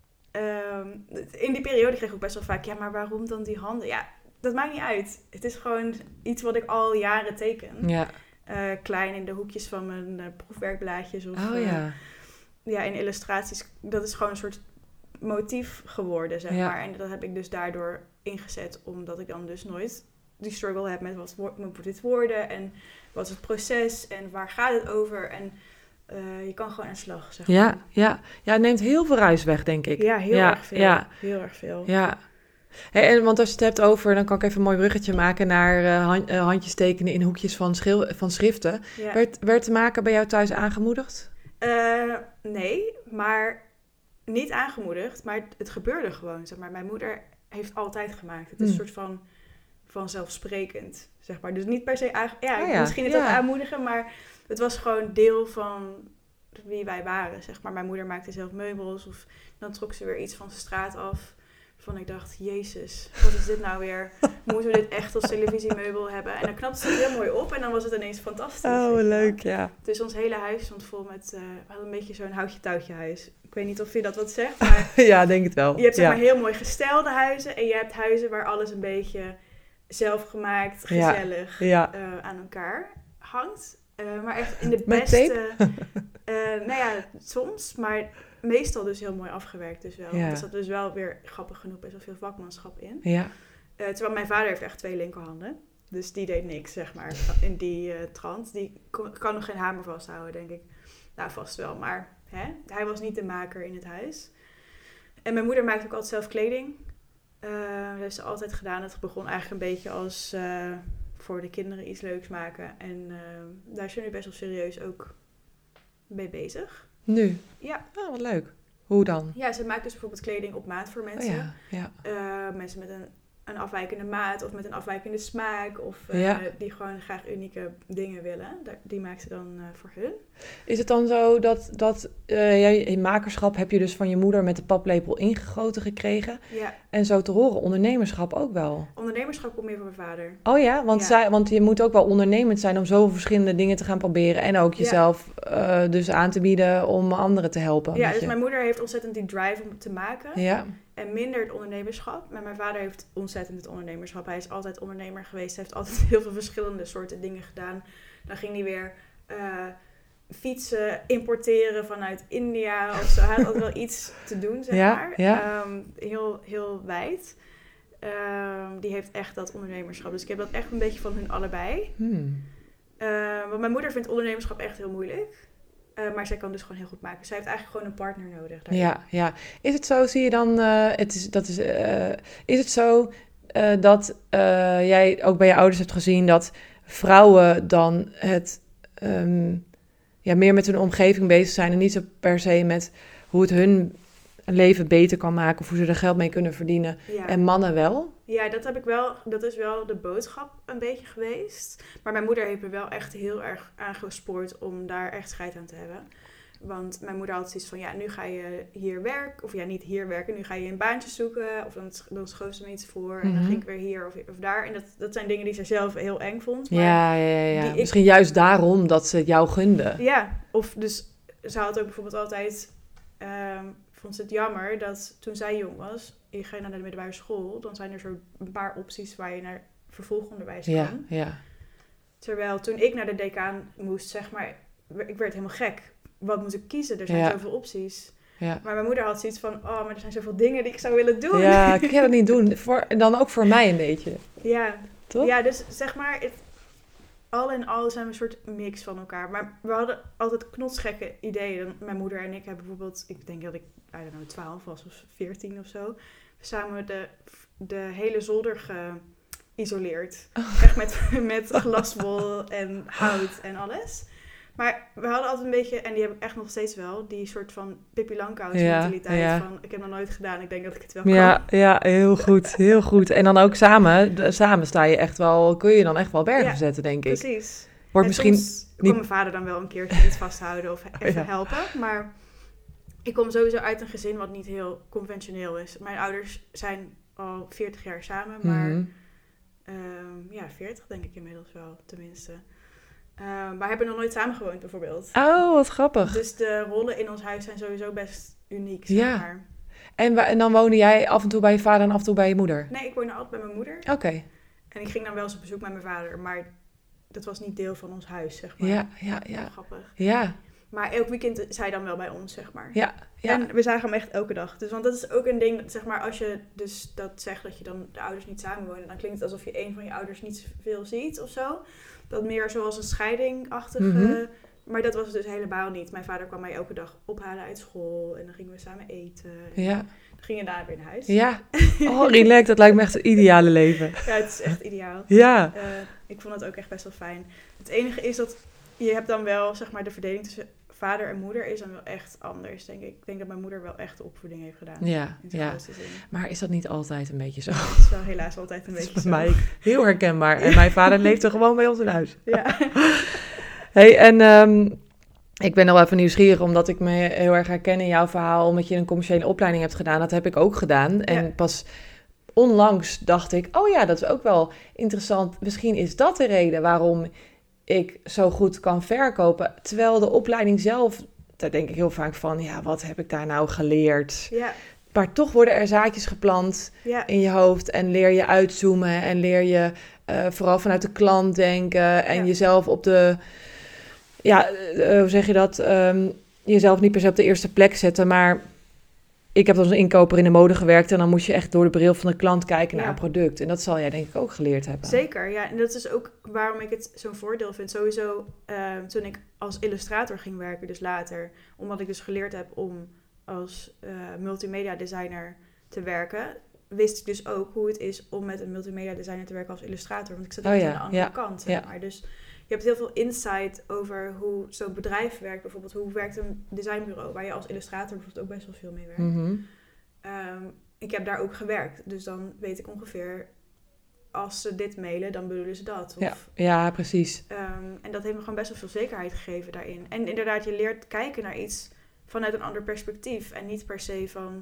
um, in die periode kreeg ik ook best wel vaak, ja, maar waarom dan die handen? Ja, dat maakt niet uit. Het is gewoon iets wat ik al jaren teken. Ja. Uh, klein in de hoekjes van mijn uh, proefwerkblaadjes. Of, Oh ja. Uh, ja, in illustraties. Dat is gewoon een soort motief geworden, zeg Ja. maar. En dat heb ik dus daardoor ingezet, omdat ik dan dus nooit die struggle heb met wat moet dit worden en wat is het proces en waar gaat het over. En uh, je kan gewoon aan de slag, zeg maar. Ja, ja. Ja, het neemt heel veel ruis weg, denk ik. Ja, heel ja, erg veel. Ja. Heel erg veel. Ja. Hey, en want als je het hebt over, dan kan ik even een mooi bruggetje maken naar uh, hand, uh, handjes tekenen in hoekjes van, schil, van schriften. Ja. Werd, werd te maken bij jou thuis aangemoedigd? Uh, nee, maar niet aangemoedigd, maar het, het gebeurde gewoon. Zeg maar. Mijn moeder heeft altijd gemaakt. Het is Hmm. een soort van vanzelfsprekend, zeg maar. Dus niet per se aange- ja, Oh ja, misschien niet ja. dat aanmoedigen, maar het was gewoon deel van wie wij waren, zeg maar. Mijn moeder maakte zelf meubels of dan trok ze weer iets van de straat af. Van ik dacht, jezus, wat is dit nou weer? Moeten we dit echt als televisiemeubel hebben? En dan knapte ze het heel mooi op en dan was het ineens fantastisch. Oh, weet je wel. leuk, ja. Dus ons hele huis stond vol met, uh, we hadden een beetje zo'n houtje-touwtje huis. Ik weet niet of je dat wat zegt, maar Ja, denk het wel. je hebt zeg ja. maar heel mooi gestelde huizen en je hebt huizen waar alles een beetje zelfgemaakt, Ja. gezellig Ja. uh, aan elkaar hangt. Uh, maar echt in de Met beste... uh, nou ja, soms, maar meestal dus heel mooi afgewerkt dus wel. Ja. Er zat dus wel weer, grappig genoeg, best wel veel vakmanschap in. Ja. Uh, terwijl mijn vader heeft echt twee linkerhanden. Dus die deed niks, zeg maar, in die uh, trant. Die kon, kan nog geen hamer vasthouden, denk ik. Nou, vast wel, maar hè? Hij was niet de maker in het huis. En mijn moeder maakte ook altijd zelf kleding. Uh, dat heeft ze altijd gedaan. Het begon eigenlijk een beetje als uh, voor de kinderen iets leuks maken. En uh, daar is ze nu best wel serieus ook mee bezig. Nu? Ja. Oh, wat leuk. Hoe dan? Ja, ze maakt dus bijvoorbeeld kleding op maat voor mensen. Oh, ja. Ja. Uh, mensen met een, een afwijkende maat of met een afwijkende smaak. Of uh, Ja. die gewoon graag unieke dingen willen. Daar, die maakt ze dan uh, voor hun. Is het dan zo dat, dat uh, jij in makerschap heb je dus van je moeder met de paplepel ingegoten gekregen? Ja. En zo te horen, ondernemerschap ook wel. Ondernemerschap komt meer van mijn vader. Oh ja, want, Ja. Zij, want je moet ook wel ondernemend zijn om zoveel verschillende dingen te gaan proberen. En ook Ja. jezelf uh, dus aan te bieden om anderen te helpen. Ja, met dus je. mijn moeder heeft ontzettend die drive om het te maken. Ja, En minder het ondernemerschap. Maar mijn vader heeft ontzettend het ondernemerschap. Hij is altijd ondernemer geweest. Hij heeft altijd heel veel verschillende soorten dingen gedaan. Dan ging hij weer uh, fietsen importeren vanuit India of zo. Hij had altijd wel iets te doen, zeg Ja, maar. ja. Um, heel, heel wijd. Um, die heeft echt dat ondernemerschap. Dus ik heb dat echt een beetje van hun allebei. hmm. Uh, want mijn moeder vindt ondernemerschap echt heel moeilijk. Uh, maar zij kan dus gewoon heel goed maken. Zij heeft eigenlijk gewoon een partner nodig. daarin. ja, ja. Is het zo, zie je dan, uh, het is, dat is, uh, is het zo uh, dat uh, jij ook bij je ouders hebt gezien dat vrouwen dan het um, ja, meer met hun omgeving bezig zijn en niet zo per se met hoe het hun een leven beter kan maken of hoe ze er geld mee kunnen verdienen. Ja. En mannen wel? Ja, dat heb ik wel. Dat is wel de boodschap een beetje geweest. Maar mijn moeder heeft me wel echt heel erg aangespoord om daar echt scheid aan te hebben. Want mijn moeder had zoiets van, ja, nu ga je hier werken. Of ja, niet hier werken. Nu ga je een baantje zoeken. Of dan, dan schoof ze me iets voor. En dan Mhm. ging ik weer hier of, of daar. En dat, dat zijn dingen die ze zelf heel eng vond. Maar Ja, ja, ja. ja. die ik- Misschien juist daarom dat ze het jou gunde. Ja, of dus ze had ook bijvoorbeeld altijd, ehm, vond ze het jammer dat toen zij jong was, je ging naar de middelbare school, dan zijn er zo een paar opties waar je naar vervolgonderwijs Ja, kan. ja. Terwijl toen ik naar de decaan moest, zeg maar, ik werd helemaal gek. Wat moet ik kiezen? Er zijn Ja. zoveel opties. Ja. Maar mijn moeder had zoiets van, oh, maar er zijn zoveel dingen die ik zou willen doen. Ja, kun je dat niet doen? Voor, en dan ook voor mij een beetje, ja. toch? Ja, dus zeg maar, het, al in al zijn we een soort mix van elkaar. Maar we hadden altijd knotsgekke ideeën. Mijn moeder en ik hebben bijvoorbeeld, ik denk dat ik, I don't know, twaalf was of veertien of zo. Samen de, de hele zolder geïsoleerd. Echt met, met glaswol en hout en alles. Maar we hadden altijd een beetje, en die heb ik echt nog steeds wel, die soort van Pippi Langkous Ja, mentaliteit ja. van, ik heb nog nooit gedaan, ik denk dat ik het wel kan. Ja, ja, heel goed, heel goed. En dan ook samen, de- samen sta je echt wel, kun je dan echt wel bergen Ja, zetten, denk ik. Precies. Wordt En misschien soms niet- kon mijn vader dan wel een keertje iets vasthouden of even Ja. helpen. Maar ik kom sowieso uit een gezin wat niet heel conventioneel is. Mijn ouders zijn al veertig jaar samen, maar Mhm. ehm, ja, veertig denk ik inmiddels wel, tenminste. Ehm, maar hebben nog nooit samen gewoond bijvoorbeeld. Oh, wat grappig. Dus de rollen in ons huis zijn sowieso best uniek, zeg Ja. maar. En, wa- en dan woonde jij af en toe bij je vader en af en toe bij je moeder? Nee, ik woonde altijd bij mijn moeder. Oké, En ik ging dan wel eens op bezoek met mijn vader, maar dat was niet deel van ons huis, zeg maar. ja, ja, Heel ja. grappig. Ja, Maar elk weekend is hij dan wel bij ons, zeg maar. ja, ja. En we zagen hem echt elke dag. Dus, want dat is ook een ding, dat, zeg maar, als je dus dat zegt dat je dan de ouders niet samenwonen, dan klinkt het alsof je een van je ouders niet veel ziet of zo. Dat meer zoals een scheidingachtige. Mhm. Maar dat was het dus helemaal niet. Mijn vader kwam mij elke dag ophalen uit school en dan gingen we samen eten. En Ja, dan gingen we daarna weer naar huis. ja. Oh, relax, dat lijkt me echt het ideale leven. Ja, het is echt ideaal. Ja, Eh, ik vond het ook echt best wel fijn. Het enige is dat je hebt dan wel, zeg maar, de verdeling tussen vader en moeder is dan wel echt anders, denk ik. Ik denk dat mijn moeder wel echt de opvoeding heeft gedaan. ja, In de ja. grootste zin. Maar is dat niet altijd een beetje zo? Dat is wel helaas altijd een Dat is beetje bij zo. mij heel herkenbaar. En mijn vader leefde gewoon bij ons in huis. Ja. Hey, en ehm, ik ben al even nieuwsgierig, omdat ik me heel erg herken in jouw verhaal, omdat je een commerciële opleiding hebt gedaan. Dat heb ik ook gedaan. En Ja. pas onlangs dacht ik, oh ja, dat is ook wel interessant. Misschien is dat de reden waarom ik zo goed kan verkopen. Terwijl de opleiding zelf, daar denk ik heel vaak van, ja, wat heb ik daar nou geleerd? Ja, Maar toch worden er zaadjes geplant ja, in je hoofd en leer je uitzoomen en leer je eh, vooral vanuit de klant denken en Ja. jezelf op de, ja, eh, hoe zeg je dat, Ehm, jezelf niet per se op de eerste plek zetten, maar ik heb als een inkoper in de mode gewerkt en dan moest je echt door de bril van de klant kijken naar Ja. een product en dat zal jij denk ik ook geleerd hebben. zeker. Ja, en dat is ook waarom ik het zo'n voordeel vind. Sowieso eh, toen ik als illustrator ging werken, dus later, omdat ik dus geleerd heb om als eh, multimedia designer te werken, wist ik dus ook hoe het is om met een multimedia designer te werken als illustrator. Want ik zat Oh altijd ja, aan de andere ja, kant, zeg ja. maar. Dus je hebt heel veel insight over hoe zo'n bedrijf werkt. Bijvoorbeeld, hoe werkt een designbureau, waar je als illustrator bijvoorbeeld ook best wel veel mee werkt. Mhm. Ehm, ik heb daar ook gewerkt, dus dan weet ik ongeveer, als ze dit mailen, dan bedoelen ze dat. Of, Ja, ja, precies. ehm, en dat heeft me gewoon best wel veel zekerheid gegeven daarin. En inderdaad, je leert kijken naar iets vanuit een ander perspectief. En niet per se van,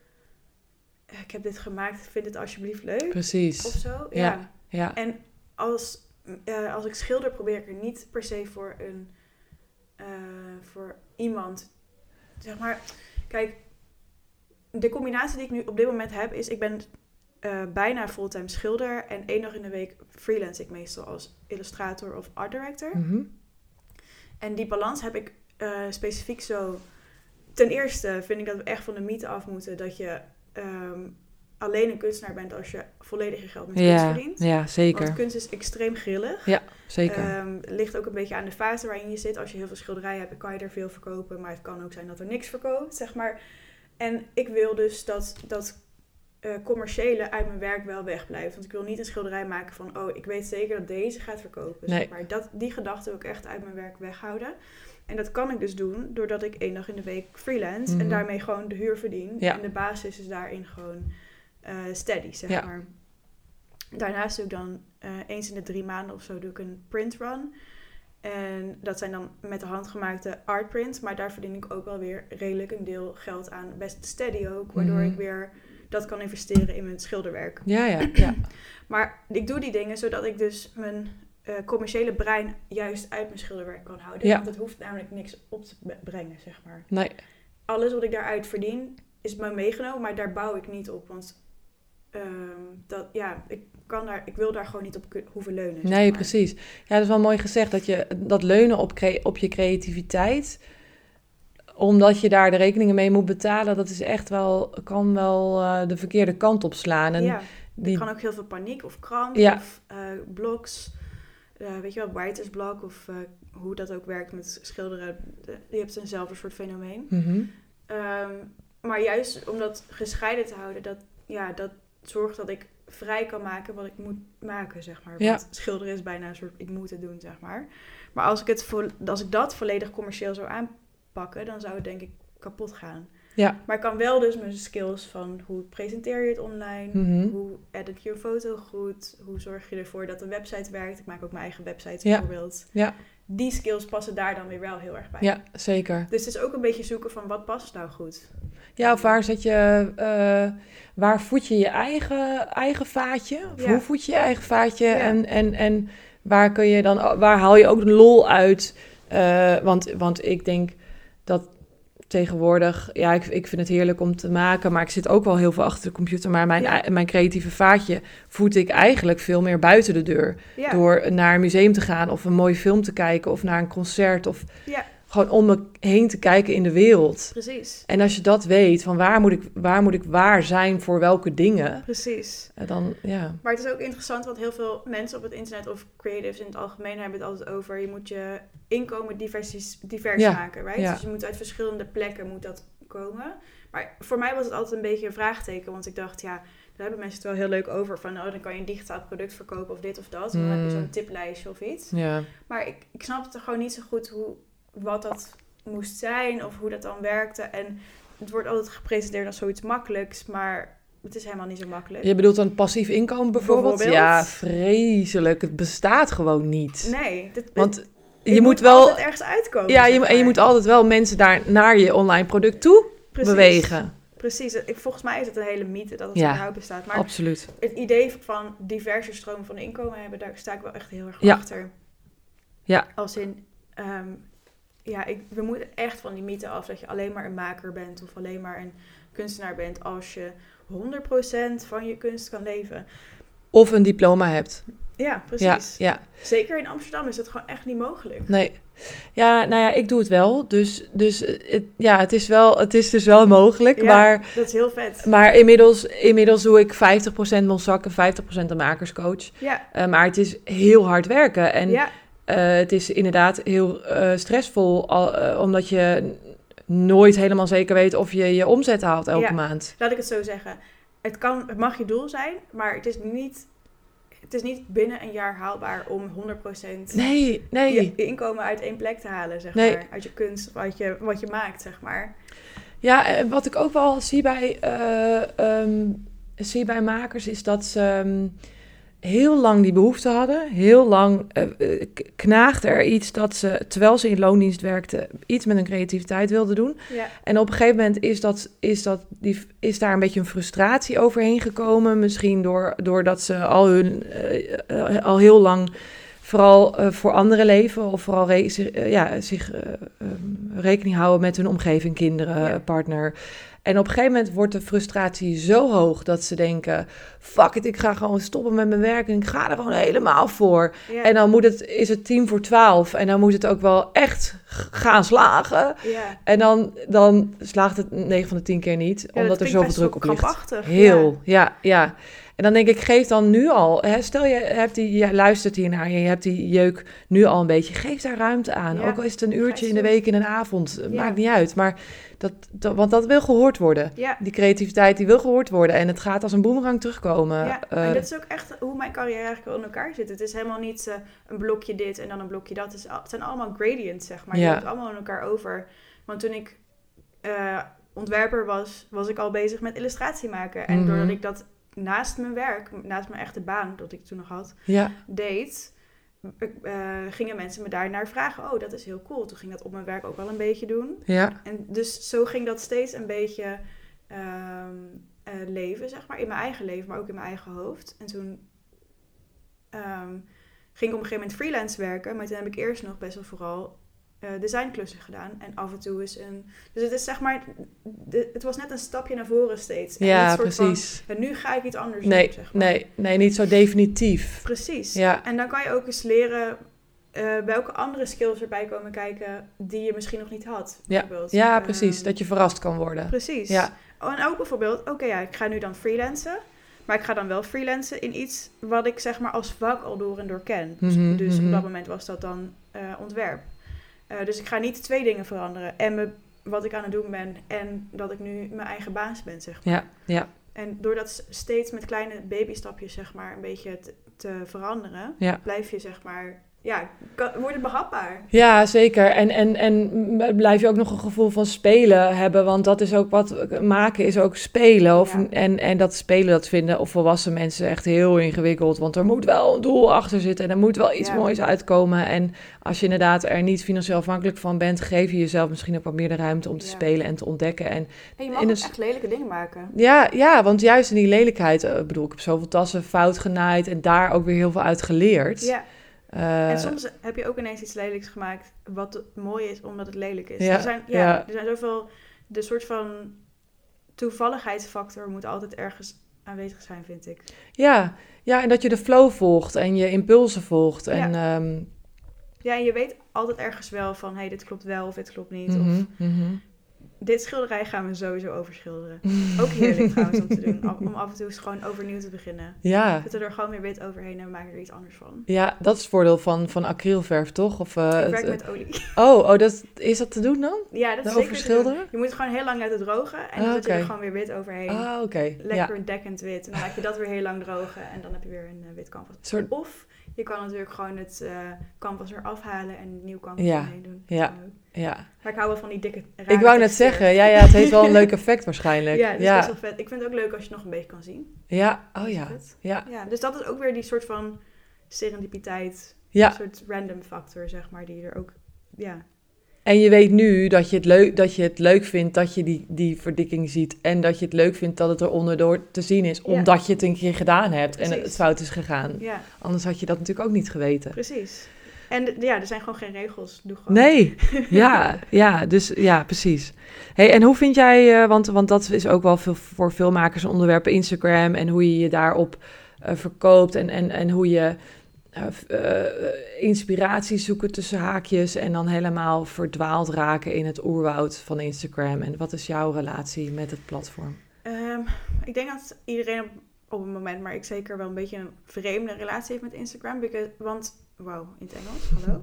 "Eh, ik heb dit gemaakt, vind het alsjeblieft leuk." Precies. Of zo. Ja. Ja. Ja, En als, eh, als ik schilder, probeer ik er niet per se voor een eh, voor iemand. Zeg maar, kijk, de combinatie die ik nu op dit moment heb, is ik ben eh, bijna fulltime schilder en één dag in de week freelance ik meestal als illustrator of art director. Mhm. En die balans heb ik eh, specifiek zo. Ten eerste vind ik dat we echt van de mythe af moeten dat je ehm, alleen een kunstenaar bent als je volledig je geld met kunst Ja, verdient. ja, zeker. Want kunst is extreem grillig. Ja, zeker. Ehm, het ligt ook een beetje aan de fase waarin je zit. Als je heel veel schilderijen hebt, kan je er veel verkopen. Maar het kan ook zijn dat er niks verkoopt, zeg maar. En ik wil dus dat dat uh, commerciële uit mijn werk wel wegblijft. Want ik wil niet een schilderij maken van, oh, ik weet zeker dat deze gaat verkopen. Nee. Zeg maar. Dat, die gedachte wil ik echt uit mijn werk weghouden. En dat kan ik dus doen doordat ik één dag in de week freelance Mm-hmm. en daarmee gewoon de huur verdien. Ja. En de basis is daarin gewoon uh, steady, zeg Ja. maar. Daarnaast doe ik dan uh, eens in de drie maanden of zo doe ik een printrun. En dat zijn dan met de hand gemaakte artprints. Maar daar verdien ik ook wel weer redelijk een deel geld aan. Best steady ook, waardoor Mm-hmm. ik weer dat kan investeren in mijn schilderwerk. Ja, ja, ja. Maar ik doe die dingen zodat ik dus mijn uh, commerciële brein juist uit mijn schilderwerk kan houden. Ja. Want het hoeft namelijk niks op te b- brengen, zeg maar. Nee. Alles wat ik daaruit verdien is me meegenomen, maar daar bouw ik niet op. Want um, dat, ja, ik, kan daar, ik wil daar gewoon niet op ku- hoeven leunen. zeg Nee, maar. precies. Ja, dat is wel mooi gezegd. Dat je dat leunen op, cre- op je creativiteit, omdat je daar de rekeningen mee moet betalen, dat is echt wel, kan wel uh, de verkeerde kant op slaan. En Ja, die... er kan ook heel veel paniek of kramp Ja. of uh, bloks. Uh, weet je wel, writer's block of uh, hoe dat ook werkt met schilderen. De, je hebt eenzelfde soort fenomeen. Mm-hmm. Um, maar juist om dat gescheiden te houden, dat, ja, dat zorgt dat ik vrij kan maken wat ik moet maken, zeg maar. Ja. Want schilderen is bijna een soort, ik moet het doen, zeg maar. Maar als ik, het vo- als ik dat volledig commercieel zou aanpakken, dan zou het denk ik kapot gaan. Ja. Maar ik kan wel dus mijn skills van hoe presenteer je het online, Mm-hmm. hoe edit je een foto goed, hoe zorg je ervoor dat de website werkt. Ik maak ook mijn eigen website Ja. bijvoorbeeld. Ja. Die skills passen daar dan weer wel heel erg bij. Ja, zeker. Dus het is ook een beetje zoeken van wat past nou goed. Ja, of waar zet je, uh, waar voed je je eigen, eigen vaatje? Of Ja. hoe voed je je eigen vaatje? Ja. En, en, en waar kun je dan, waar haal je ook de lol uit? Uh, want, want ik denk dat tegenwoordig, ja, ik, ik vind het heerlijk om te maken, maar ik zit ook wel heel veel achter de computer. Maar mijn, Ja. mijn creatieve vaatje voed ik eigenlijk veel meer buiten de deur. Ja. Door naar een museum te gaan of een mooie film te kijken of naar een concert of Ja. gewoon om me heen te kijken in de wereld. Precies. En als je dat weet, van waar moet ik waar, moet ik waar zijn voor welke dingen, Precies. dan ja. Maar het is ook interessant, want heel veel mensen op het internet of creatives in het algemeen hebben het altijd over, je moet je inkomen divers, divers Ja. maken, right? Ja. Dus je moet uit verschillende plekken moet dat komen. Maar voor mij was het altijd een beetje een vraagteken, want ik dacht, ja, daar hebben mensen het wel heel leuk over, van oh, dan kan je een digitaal product verkopen of dit of dat. En dan Mm. heb je zo'n tiplijstje of iets. Ja. Maar ik, ik snapte gewoon niet zo goed hoe, wat dat moest zijn of hoe dat dan werkte. En het wordt altijd gepresenteerd als zoiets makkelijks, maar het is helemaal niet zo makkelijk. Je bedoelt een passief inkomen bijvoorbeeld? Bijvoorbeeld. Ja, vreselijk. Het bestaat gewoon niet. Nee, dit, Want het, je het moet moet wel, altijd ergens uitkomen. ja, je, zeg en je maar. moet altijd wel mensen daar naar je online product toe Precies. bewegen. Precies. Ik, volgens mij is het een hele mythe dat het Ja, überhaupt bestaat. Maar Absoluut. het idee van diverse stromen van inkomen hebben, daar sta ik wel echt heel erg Ja. achter. Ja. Als in, um, ja, ik, we moeten echt van die mythe af dat je alleen maar een maker bent of alleen maar een kunstenaar bent als je honderd procent van je kunst kan leven. Of een diploma hebt. Ja, precies. Ja, ja. Zeker in Amsterdam is het gewoon echt niet mogelijk. Nee. Ja, nou ja, ik doe het wel. Dus, dus het, ja, het is, wel, het is dus wel mogelijk. Ja, maar dat is heel vet. maar inmiddels, inmiddels doe ik vijftig procent Monsac en vijftig procent de makerscoach. Ja, Uh, maar het is heel hard werken. En ja, uh, het is inderdaad heel uh, stressvol. Al, uh, omdat je nooit helemaal zeker weet of je je omzet haalt elke Ja. maand. laat ik het zo zeggen. Het, kan, het mag je doel zijn, maar het is niet, het is niet binnen een jaar haalbaar om honderd procent Nee, nee. je inkomen uit één plek te halen, zeg Nee. maar. Uit je kunst of uit je, wat je maakt, zeg maar. Ja, en wat ik ook wel zie bij, uh, um, zie bij makers is dat ze um, heel lang die behoefte hadden. Heel lang uh, knaagde er iets dat ze, terwijl ze in loondienst werkten, iets met hun creativiteit wilden doen. Ja, En op een gegeven moment is, dat, is, dat, die, is daar een beetje een frustratie overheen gekomen. Misschien door, doordat ze al, hun, uh, uh, al heel lang vooral uh, voor anderen leven. Of vooral re- zich, uh, ja, zich uh, um, rekening houden met hun omgeving, kinderen, Ja. partner. En op een gegeven moment wordt de frustratie zo hoog dat ze denken, fuck it, ik ga gewoon stoppen met mijn werk en ik ga er gewoon helemaal voor. ja, En dan moet het, is het tien voor twaalf en dan moet het ook wel echt g- gaan slagen. ja. En dan, dan slaagt het negen van de tien keer niet, Ja, omdat dat er klinkt zoveel best druk wel op ligt. krampachtig, Heel, ja. ja, En dan denk ik, geef dan nu al, hè, stel je, hebt die, je luistert hier naar je, je hebt die jeuk nu al een beetje, geef daar ruimte aan. Ja, Ook al is het een ga uurtje eens in de doen. week in een avond, Ja. maakt niet uit. Maar dat, dat, want dat wil gehoord worden. Ja. Die creativiteit die wil gehoord worden. En het gaat als een boemerang terugkomen. Ja, Uh, en dat is ook echt hoe mijn carrière eigenlijk in elkaar zit. Het is helemaal niet uh, een blokje dit en dan een blokje dat. Het, is, het zijn allemaal gradients, zeg maar. Je Ja. hebt allemaal in elkaar over. Want toen ik uh, ontwerper was, was ik al bezig met illustratie maken. En mm-hmm. doordat ik dat naast mijn werk, naast mijn echte baan, dat ik toen nog had, ja. deed, uh, gingen mensen me daarnaar vragen. Oh, dat is heel cool. Toen ging dat op mijn werk ook wel een beetje doen. Ja. En dus zo ging dat steeds een beetje um, uh, leven, zeg maar. In mijn eigen leven, maar ook in mijn eigen hoofd. En toen um, ging ik op een gegeven moment freelance werken. Maar toen heb ik eerst nog best wel vooral uh, designklussen gedaan. En af en toe is een... Dus het is zeg maar... De, het was net een stapje naar voren steeds. En Ja, soort precies. Van, en nu ga ik iets anders nee, doen, zeg maar. Nee, nee, niet zo definitief. Precies. Ja. En dan kan je ook eens leren... Uh, welke andere skills erbij komen kijken die je misschien nog niet had. Ja, ja precies. Um, dat je verrast kan worden. Precies. Ja. Oh, en ook bijvoorbeeld, oké, okay, ja, ik ga nu dan freelancen. Maar ik ga dan wel freelancen in iets wat ik zeg maar als vak al door en door ken. Mm-hmm, dus mm-hmm. op dat moment was dat dan uh, ontwerp. Uh, dus ik ga niet twee dingen veranderen. En me, wat ik aan het doen ben en dat ik nu mijn eigen baas ben, zeg maar. Ja, ja. En door dat steeds met kleine babystapjes zeg maar een beetje te, te veranderen, ja. blijf je zeg maar... Ja, kan, wordt het behapbaar. Ja, zeker. En, en, en blijf je ook nog een gevoel van spelen hebben. Want dat is ook wat maken is ook spelen. Of, ja. en, en dat spelen, dat vinden of volwassen mensen echt heel ingewikkeld. Want er moet wel een doel achter zitten. En er moet wel iets ja. moois uitkomen. En als je inderdaad er niet financieel afhankelijk van bent, geef je jezelf misschien ook wat meer de ruimte om te ja. spelen en te ontdekken. En, en je mag ook echt lelijke dingen maken. Ja, ja, want juist in die lelijkheid, ik bedoel, ik heb zoveel tassen fout genaaid en daar ook weer heel veel uit geleerd. Ja. Uh, en soms heb je ook ineens iets lelijks gemaakt wat mooi is omdat het lelijk is. Ja, er, zijn, ja, ja. er zijn zoveel... De soort van toevalligheidsfactor moet altijd ergens aanwezig zijn, vind ik. Ja, ja, en dat je de flow volgt en je impulsen volgt. En, ja. Um... ja, en je weet altijd ergens wel van... hé, hey, dit klopt wel of dit klopt niet. Mm-hmm, of mm-hmm. dit schilderij gaan we sowieso overschilderen. Ook heerlijk trouwens om te doen. Om af en toe eens gewoon overnieuw te beginnen. Ja. Zet er gewoon weer wit overheen en we maken er iets anders van. Ja, dat is het voordeel van, van acrylverf, toch? Of, uh, ik werk het, met olie. Oh, oh dat, is dat te doen dan? Ja, dat is de zeker overschilderen? te doen. Je moet het gewoon heel lang laten drogen. En dan ah, zet je okay. er gewoon weer wit overheen. Ah, oké. Okay. Lekker ja. dekkend wit. En dan laat je dat weer heel lang drogen. En dan heb je weer een uh, wit canvas. Soort... Of je kan natuurlijk gewoon het uh, canvas eraf halen en een nieuw canvas ja. ermee doen. Ja. Ja. Maar ik hou wel van die dikke rare Ik wou net textuur. zeggen, ja, ja, het heeft wel een leuk effect waarschijnlijk. Ja, dat is ja. best wel vet. Ik vind het ook leuk als je het nog een beetje kan zien. Ja, oh ja. ja. ja. Dus dat is ook weer die soort van serendipiteit, ja. een soort random factor, zeg maar, die er ook, ja. En je weet nu dat je het leuk, dat je het leuk vindt dat je die, die verdikking ziet. En dat je het leuk vindt dat het er onderdoor te zien is. Omdat ja. je het een keer gedaan hebt Precies. en het fout is gegaan. Ja. Anders had je dat natuurlijk ook niet geweten. Precies. En ja, er zijn gewoon geen regels. Doe gewoon. Nee, ja, ja, dus ja, precies. Hey, en hoe vind jij, uh, want, want dat is ook wel veel, voor filmmakers een onderwerp, Instagram en hoe je je daarop uh, verkoopt en, en, en hoe je uh, uh, inspiratie zoeken tussen haakjes en dan helemaal verdwaald raken in het oerwoud van Instagram. En wat is jouw relatie met het platform? Um, ik denk dat iedereen op, op een moment, maar ik zeker wel een beetje een vreemde relatie heeft met Instagram. Because, want Wauw, in het Engels, hallo.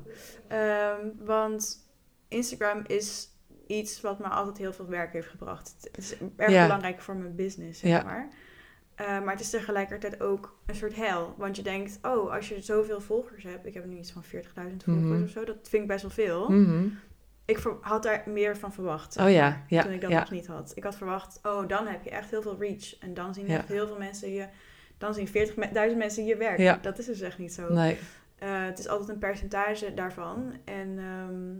Um, want Instagram is iets wat me altijd heel veel werk heeft gebracht. Het is erg ja. belangrijk voor mijn business, zeg ja. maar. Uh, maar het is tegelijkertijd ook een soort hel. Want je denkt, oh, als je zoveel volgers hebt... Ik heb nu iets van veertigduizend volgers mm-hmm. of zo. Dat vind ik best wel veel. Mm-hmm. Ik ver, had daar meer van verwacht. Oh ja, ja. Toen ik dat ja. nog niet had. Ik had verwacht, oh, dan heb je echt heel veel reach. En dan zien ja. echt heel veel mensen je... Dan zien veertigduizend mensen je werk. Ja. Dat is dus echt niet zo. Nee. Uh, het is altijd een percentage daarvan. En um,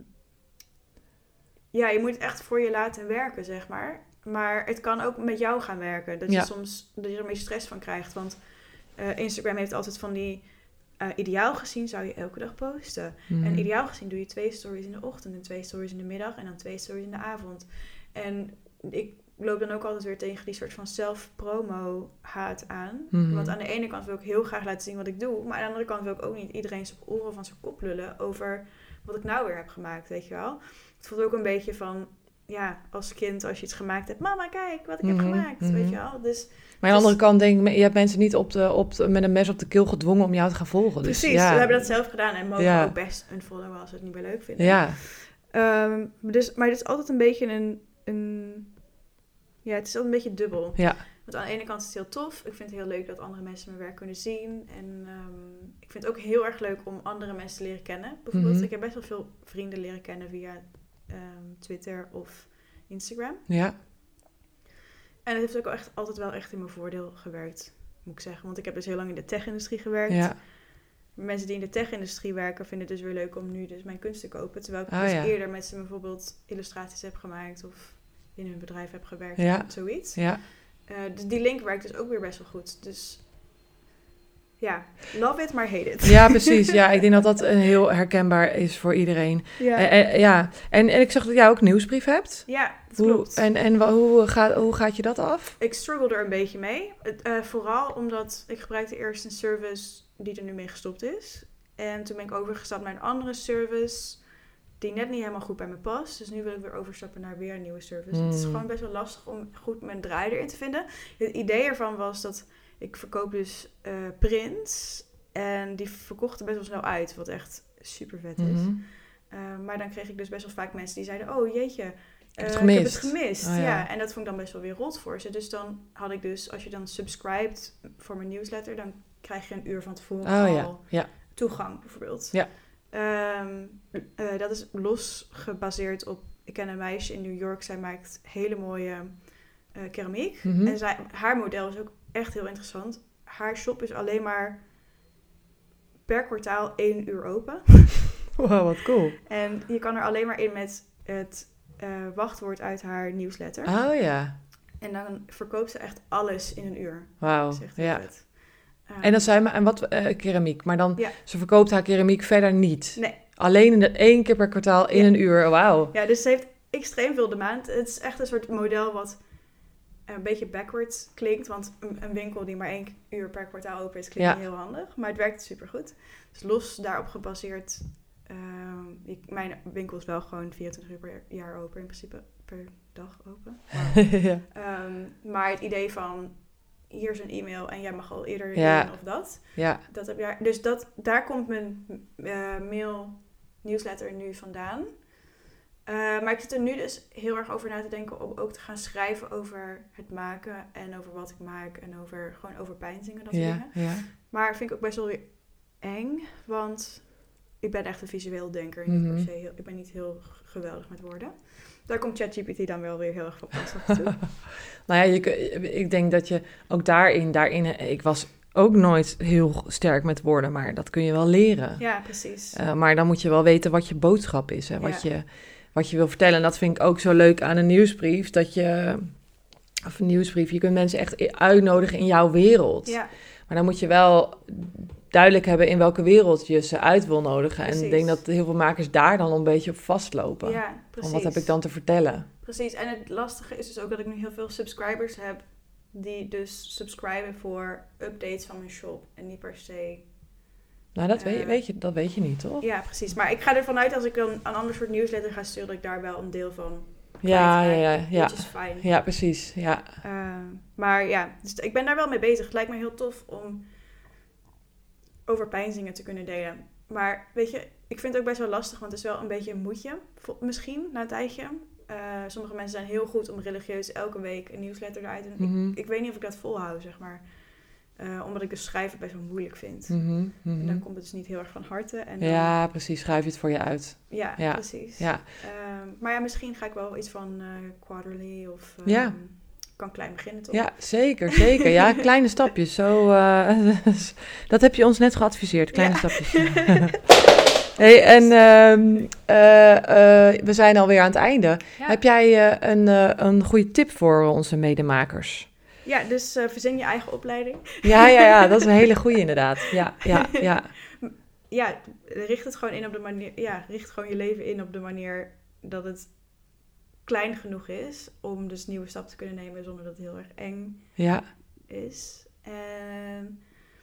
ja, je moet het echt voor je laten werken, zeg maar. Maar het kan ook met jou gaan werken. Dat je ja. soms dat je er een beetje stress van krijgt. Want uh, Instagram heeft altijd van die... Uh, ideaal gezien zou je elke dag posten. Mm. En ideaal gezien doe je twee stories in de ochtend... en twee stories in de middag... en dan twee stories in de avond. En ik loop dan ook altijd weer tegen die soort van self-promo-haat aan. Mm-hmm. Want aan de ene kant wil ik heel graag laten zien wat ik doe... maar aan de andere kant wil ik ook niet iedereen zijn oren van zijn kop lullen... over wat ik nou weer heb gemaakt, weet je wel. Het voelt ook een beetje van... ja, als kind, als je iets gemaakt hebt... mama, kijk wat ik mm-hmm. heb gemaakt, mm-hmm. weet je wel. Dus... Maar aan de andere kant denk ik, je hebt mensen niet op de, op de, met een mes op de keel gedwongen om jou te gaan volgen. Dus, Precies, ja. we hebben dat zelf gedaan en mogen ja. ook best unfollowen als we het niet meer leuk vinden. Ja. Um, dus, maar het is altijd een beetje een, een... Ja, het is wel een beetje dubbel. Ja. Want aan de ene kant is het heel tof. Ik vind het heel leuk dat andere mensen mijn werk kunnen zien. En um, ik vind het ook heel erg leuk om andere mensen te leren kennen. Bijvoorbeeld, Mhm. ik heb best wel veel vrienden leren kennen via um, Twitter of Instagram. Ja. En het heeft ook echt, altijd wel echt in mijn voordeel gewerkt, moet ik zeggen. Want ik heb dus heel lang in de tech-industrie gewerkt. Ja. Mensen die in de tech-industrie werken vinden het dus weer leuk om nu dus mijn kunst te kopen. Terwijl ik Oh, dus ja. eerder met ze bijvoorbeeld illustraties heb gemaakt of in hun bedrijf heb gewerkt Ja. of zoiets. Ja. Uh, dus die link werkt dus ook weer best wel goed. Dus ja, love it, maar hate it. Ja, precies. Ja, ik denk dat dat een heel herkenbaar is voor iedereen. Ja, En, en, ja. en, en ik zag dat jij ook nieuwsbrief hebt. ja dat Hoe, klopt. en en wa- hoe, gaat, hoe gaat je dat af? Ik struggle er een beetje mee. Het, uh, vooral omdat ik gebruikte eerst een service die er nu mee gestopt is. En toen ben ik overgestapt naar een andere service die net niet helemaal goed bij me past. Dus nu wil ik weer overstappen naar weer een nieuwe service. Mm. Het is gewoon best wel lastig om goed mijn draai erin te vinden. Het idee ervan was dat ik verkoop dus uh, prints. En die verkochten best wel snel uit, wat echt super vet is. Mm-hmm. Uh, maar dan kreeg ik dus best wel vaak mensen die zeiden, oh jeetje, uh, Ik heb het ik gemist. heb het gemist. Oh, ja. ja. En dat vond ik dan best wel weer rot voor ze. Dus dan had ik dus, als je dan subscribt voor mijn newsletter, dan krijg je een uur van tevoren Oh al ja, ja. toegang bijvoorbeeld. Ja. Um, uh, dat is los gebaseerd op, ik ken een meisje in New York, zij maakt hele mooie uh, keramiek. Mm-hmm. En zij, haar model is ook echt heel interessant. Haar shop is alleen maar per kwartaal één uur open. Wow, wat cool. En je kan er alleen maar in met het uh, wachtwoord uit haar newsletter. Oh ja. En dan verkoopt ze echt alles in een uur. Wauw, Dat is echt heel ja. vet. Um, En dat zijn maar, en wat, uh, keramiek. Maar dan, Ja. ze verkoopt haar keramiek verder niet. Nee. Alleen in de, één keer per kwartaal in Ja. een uur. Wauw. Ja, dus ze heeft extreem veel demand. Het is echt een soort model wat een beetje backwards klinkt. Want een, een winkel die maar één uur per kwartaal open is, klinkt Ja. niet heel handig. Maar het werkt supergoed. Dus los daarop gebaseerd. Um, ik, mijn winkel is wel gewoon vierentwintig uur per jaar open. In principe per dag open. Wow. ja. um, maar het idee van, hier is een e-mail en jij mag al eerder Ja. in of dat. ja. dat heb jij, dus dat, daar komt mijn uh, mail newsletter nu vandaan. Uh, maar ik zit er nu dus heel erg over na te denken om ook te gaan schrijven over het maken en over wat ik maak en over gewoon over peinzingen, dat soort Ja, dingen. ja. Maar vind ik ook best wel weer eng, want ik ben echt een visueel denker. Niet Mhm. per se heel, ik ben niet heel g- geweldig met woorden. Daar komt ChatGPT dan wel weer heel erg van pas op toe. Nou ja, je, kun- ik denk dat je ook daarin, daarin... Ik was ook nooit heel sterk met woorden, maar dat kun je wel leren. Ja, precies. Uh, maar dan moet je wel weten wat je boodschap is, hè, wat, Ja. je, wat je wil vertellen. En dat vind ik ook zo leuk aan een nieuwsbrief, dat je... Of een nieuwsbrief, je kunt mensen echt uitnodigen in jouw wereld. Ja, Maar dan moet je wel duidelijk hebben in welke wereld je ze uit wil nodigen. En Precies. ik denk dat heel veel makers daar dan een beetje op vastlopen. ja, Van precies. wat heb ik dan te vertellen? Precies, en het lastige is dus ook dat ik nu heel veel subscribers heb die dus subscriben voor updates van mijn shop en niet per se... Nou, dat, Uh, weet, je, weet je, dat weet je niet, toch? Ja, precies. Maar ik ga ervan uit als ik dan een ander soort newsletter ga sturen, dat ik daar wel een deel van Ja, ja, kwijtraak, ja, ja. which is fijn. Ja, precies. Ja. Uh, maar ja, dus ik ben daar wel mee bezig. Het lijkt me heel tof om over peinzingen te kunnen delen. Maar weet je, ik vind het ook best wel lastig, want het is wel een beetje een moedje, misschien, na een tijdje. Uh, sommige mensen zijn heel goed om religieus elke week een nieuwsletter eruit te doen. Mm-hmm. Ik, ik weet niet of ik dat volhoud, zeg maar. Uh, omdat ik dus schrijven best wel moeilijk vind. Mm-hmm. Mm-hmm. En dan komt het dus niet heel erg van harte. En dan, Ja, precies. Schrijf je het voor je uit. ja, Ja. precies. Ja. Um, maar ja, misschien ga ik wel iets van uh, Quarterly of... Um, Ja. kan klein beginnen, toch? Ja, zeker, zeker. Ja, kleine stapjes. Zo, uh, dat heb je ons net geadviseerd, kleine Ja. stapjes. Hey, en uh, uh, uh, we zijn alweer aan het einde. Ja. Heb jij uh, een, uh, een goede tip voor onze medemakers? Ja, dus uh, verzin je eigen opleiding. Ja, ja, ja, dat is een hele goede inderdaad. Ja, ja, ja. Ja, richt het gewoon in op de manier... Ja, richt gewoon je leven in op de manier dat het klein genoeg is om dus nieuwe stappen te kunnen nemen zonder dat het heel erg eng Ja. is. En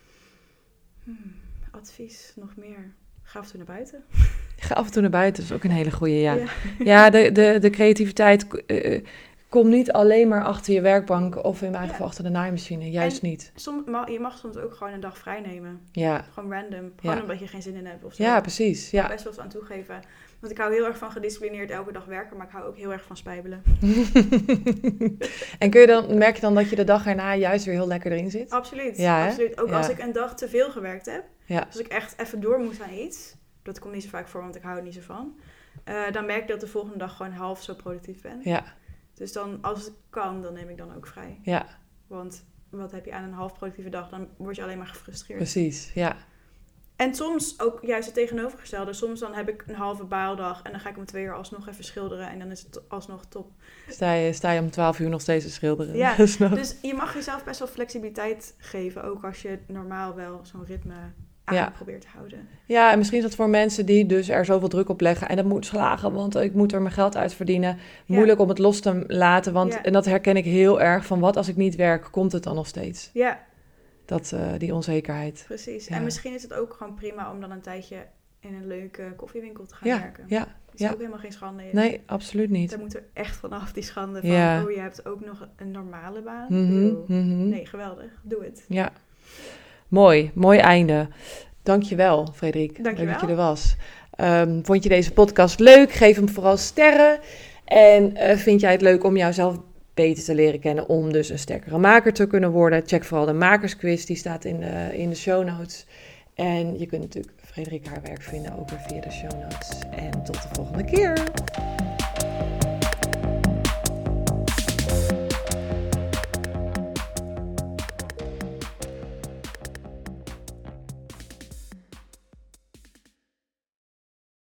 hmm, advies nog meer. Ga af en toe naar buiten. Ga af en toe naar buiten, dat is ook een hele goede, ja. Ja. Ja, de, de, de creativiteit uh, kom niet alleen maar achter je werkbank of in mijn Ja. geval achter de naaimachine. Juist En niet. Som, ma- je mag soms ook gewoon een dag vrij nemen. Ja, Gewoon random. Gewoon Ja. omdat je geen zin in hebt of zo. ja precies. Ja. Ja. Best wel eens aan toegeven. Want ik hou heel erg van gedisciplineerd elke dag werken, maar ik hou ook heel erg van spijbelen. En kun je dan, merk je dan dat je de dag erna juist weer heel lekker erin zit? Absoluut. Ja, hè? absoluut. Ook Ja. als ik een dag te veel gewerkt heb. Ja. Als ik echt even door moet aan iets. Dat komt niet zo vaak voor, want ik hou er niet zo van. Uh, dan merk ik dat de volgende dag gewoon half zo productief ben. Ja, Dus dan, als het kan, dan neem ik dan ook vrij. ja, Want wat heb je aan een half productieve dag? Dan word je alleen maar gefrustreerd. precies. Ja, En soms ook juist het tegenovergestelde. Soms dan heb ik een halve baaldag en dan ga ik om twee uur alsnog even schilderen. En dan is het alsnog top. sta je, sta je om twaalf uur nog steeds te schilderen. Ja, Dat is nog- Dus je mag jezelf best wel flexibiliteit geven. Ook als je normaal wel zo'n ritme aan Ja. probeert te houden. Ja, en misschien is dat voor mensen die dus er zoveel druk op leggen. En dat moet slagen, want ik moet er mijn geld uit verdienen. Moeilijk om het los te laten. Want, Ja. en dat herken ik heel erg. Van wat als ik niet werk, komt het dan nog steeds? Ja, Dat, eh, die onzekerheid. precies. Ja. En misschien is het ook gewoon prima om dan een tijdje in een leuke koffiewinkel te gaan Ja, werken. ja, Dat is ja. ook helemaal geen schande in. Nee, absoluut niet. Daar moeten we echt vanaf, die schande van, Ja. oh, je hebt ook nog een normale baan. Mhm, Ik bedoel, mhm. Nee, geweldig. Doe het. Ja, mooi, mooi einde. Dankjewel, Frederik. Dankjewel. Leuk dat je er was. Ehm, vond je deze podcast leuk? Geef hem vooral sterren. En eh, vind jij het leuk om jouzelf beter te leren kennen om dus een sterkere maker te kunnen worden? Check vooral de makersquiz, die staat in de, in de show notes. En je kunt natuurlijk Frederik haar werk vinden ook weer via de show notes. En tot de volgende keer.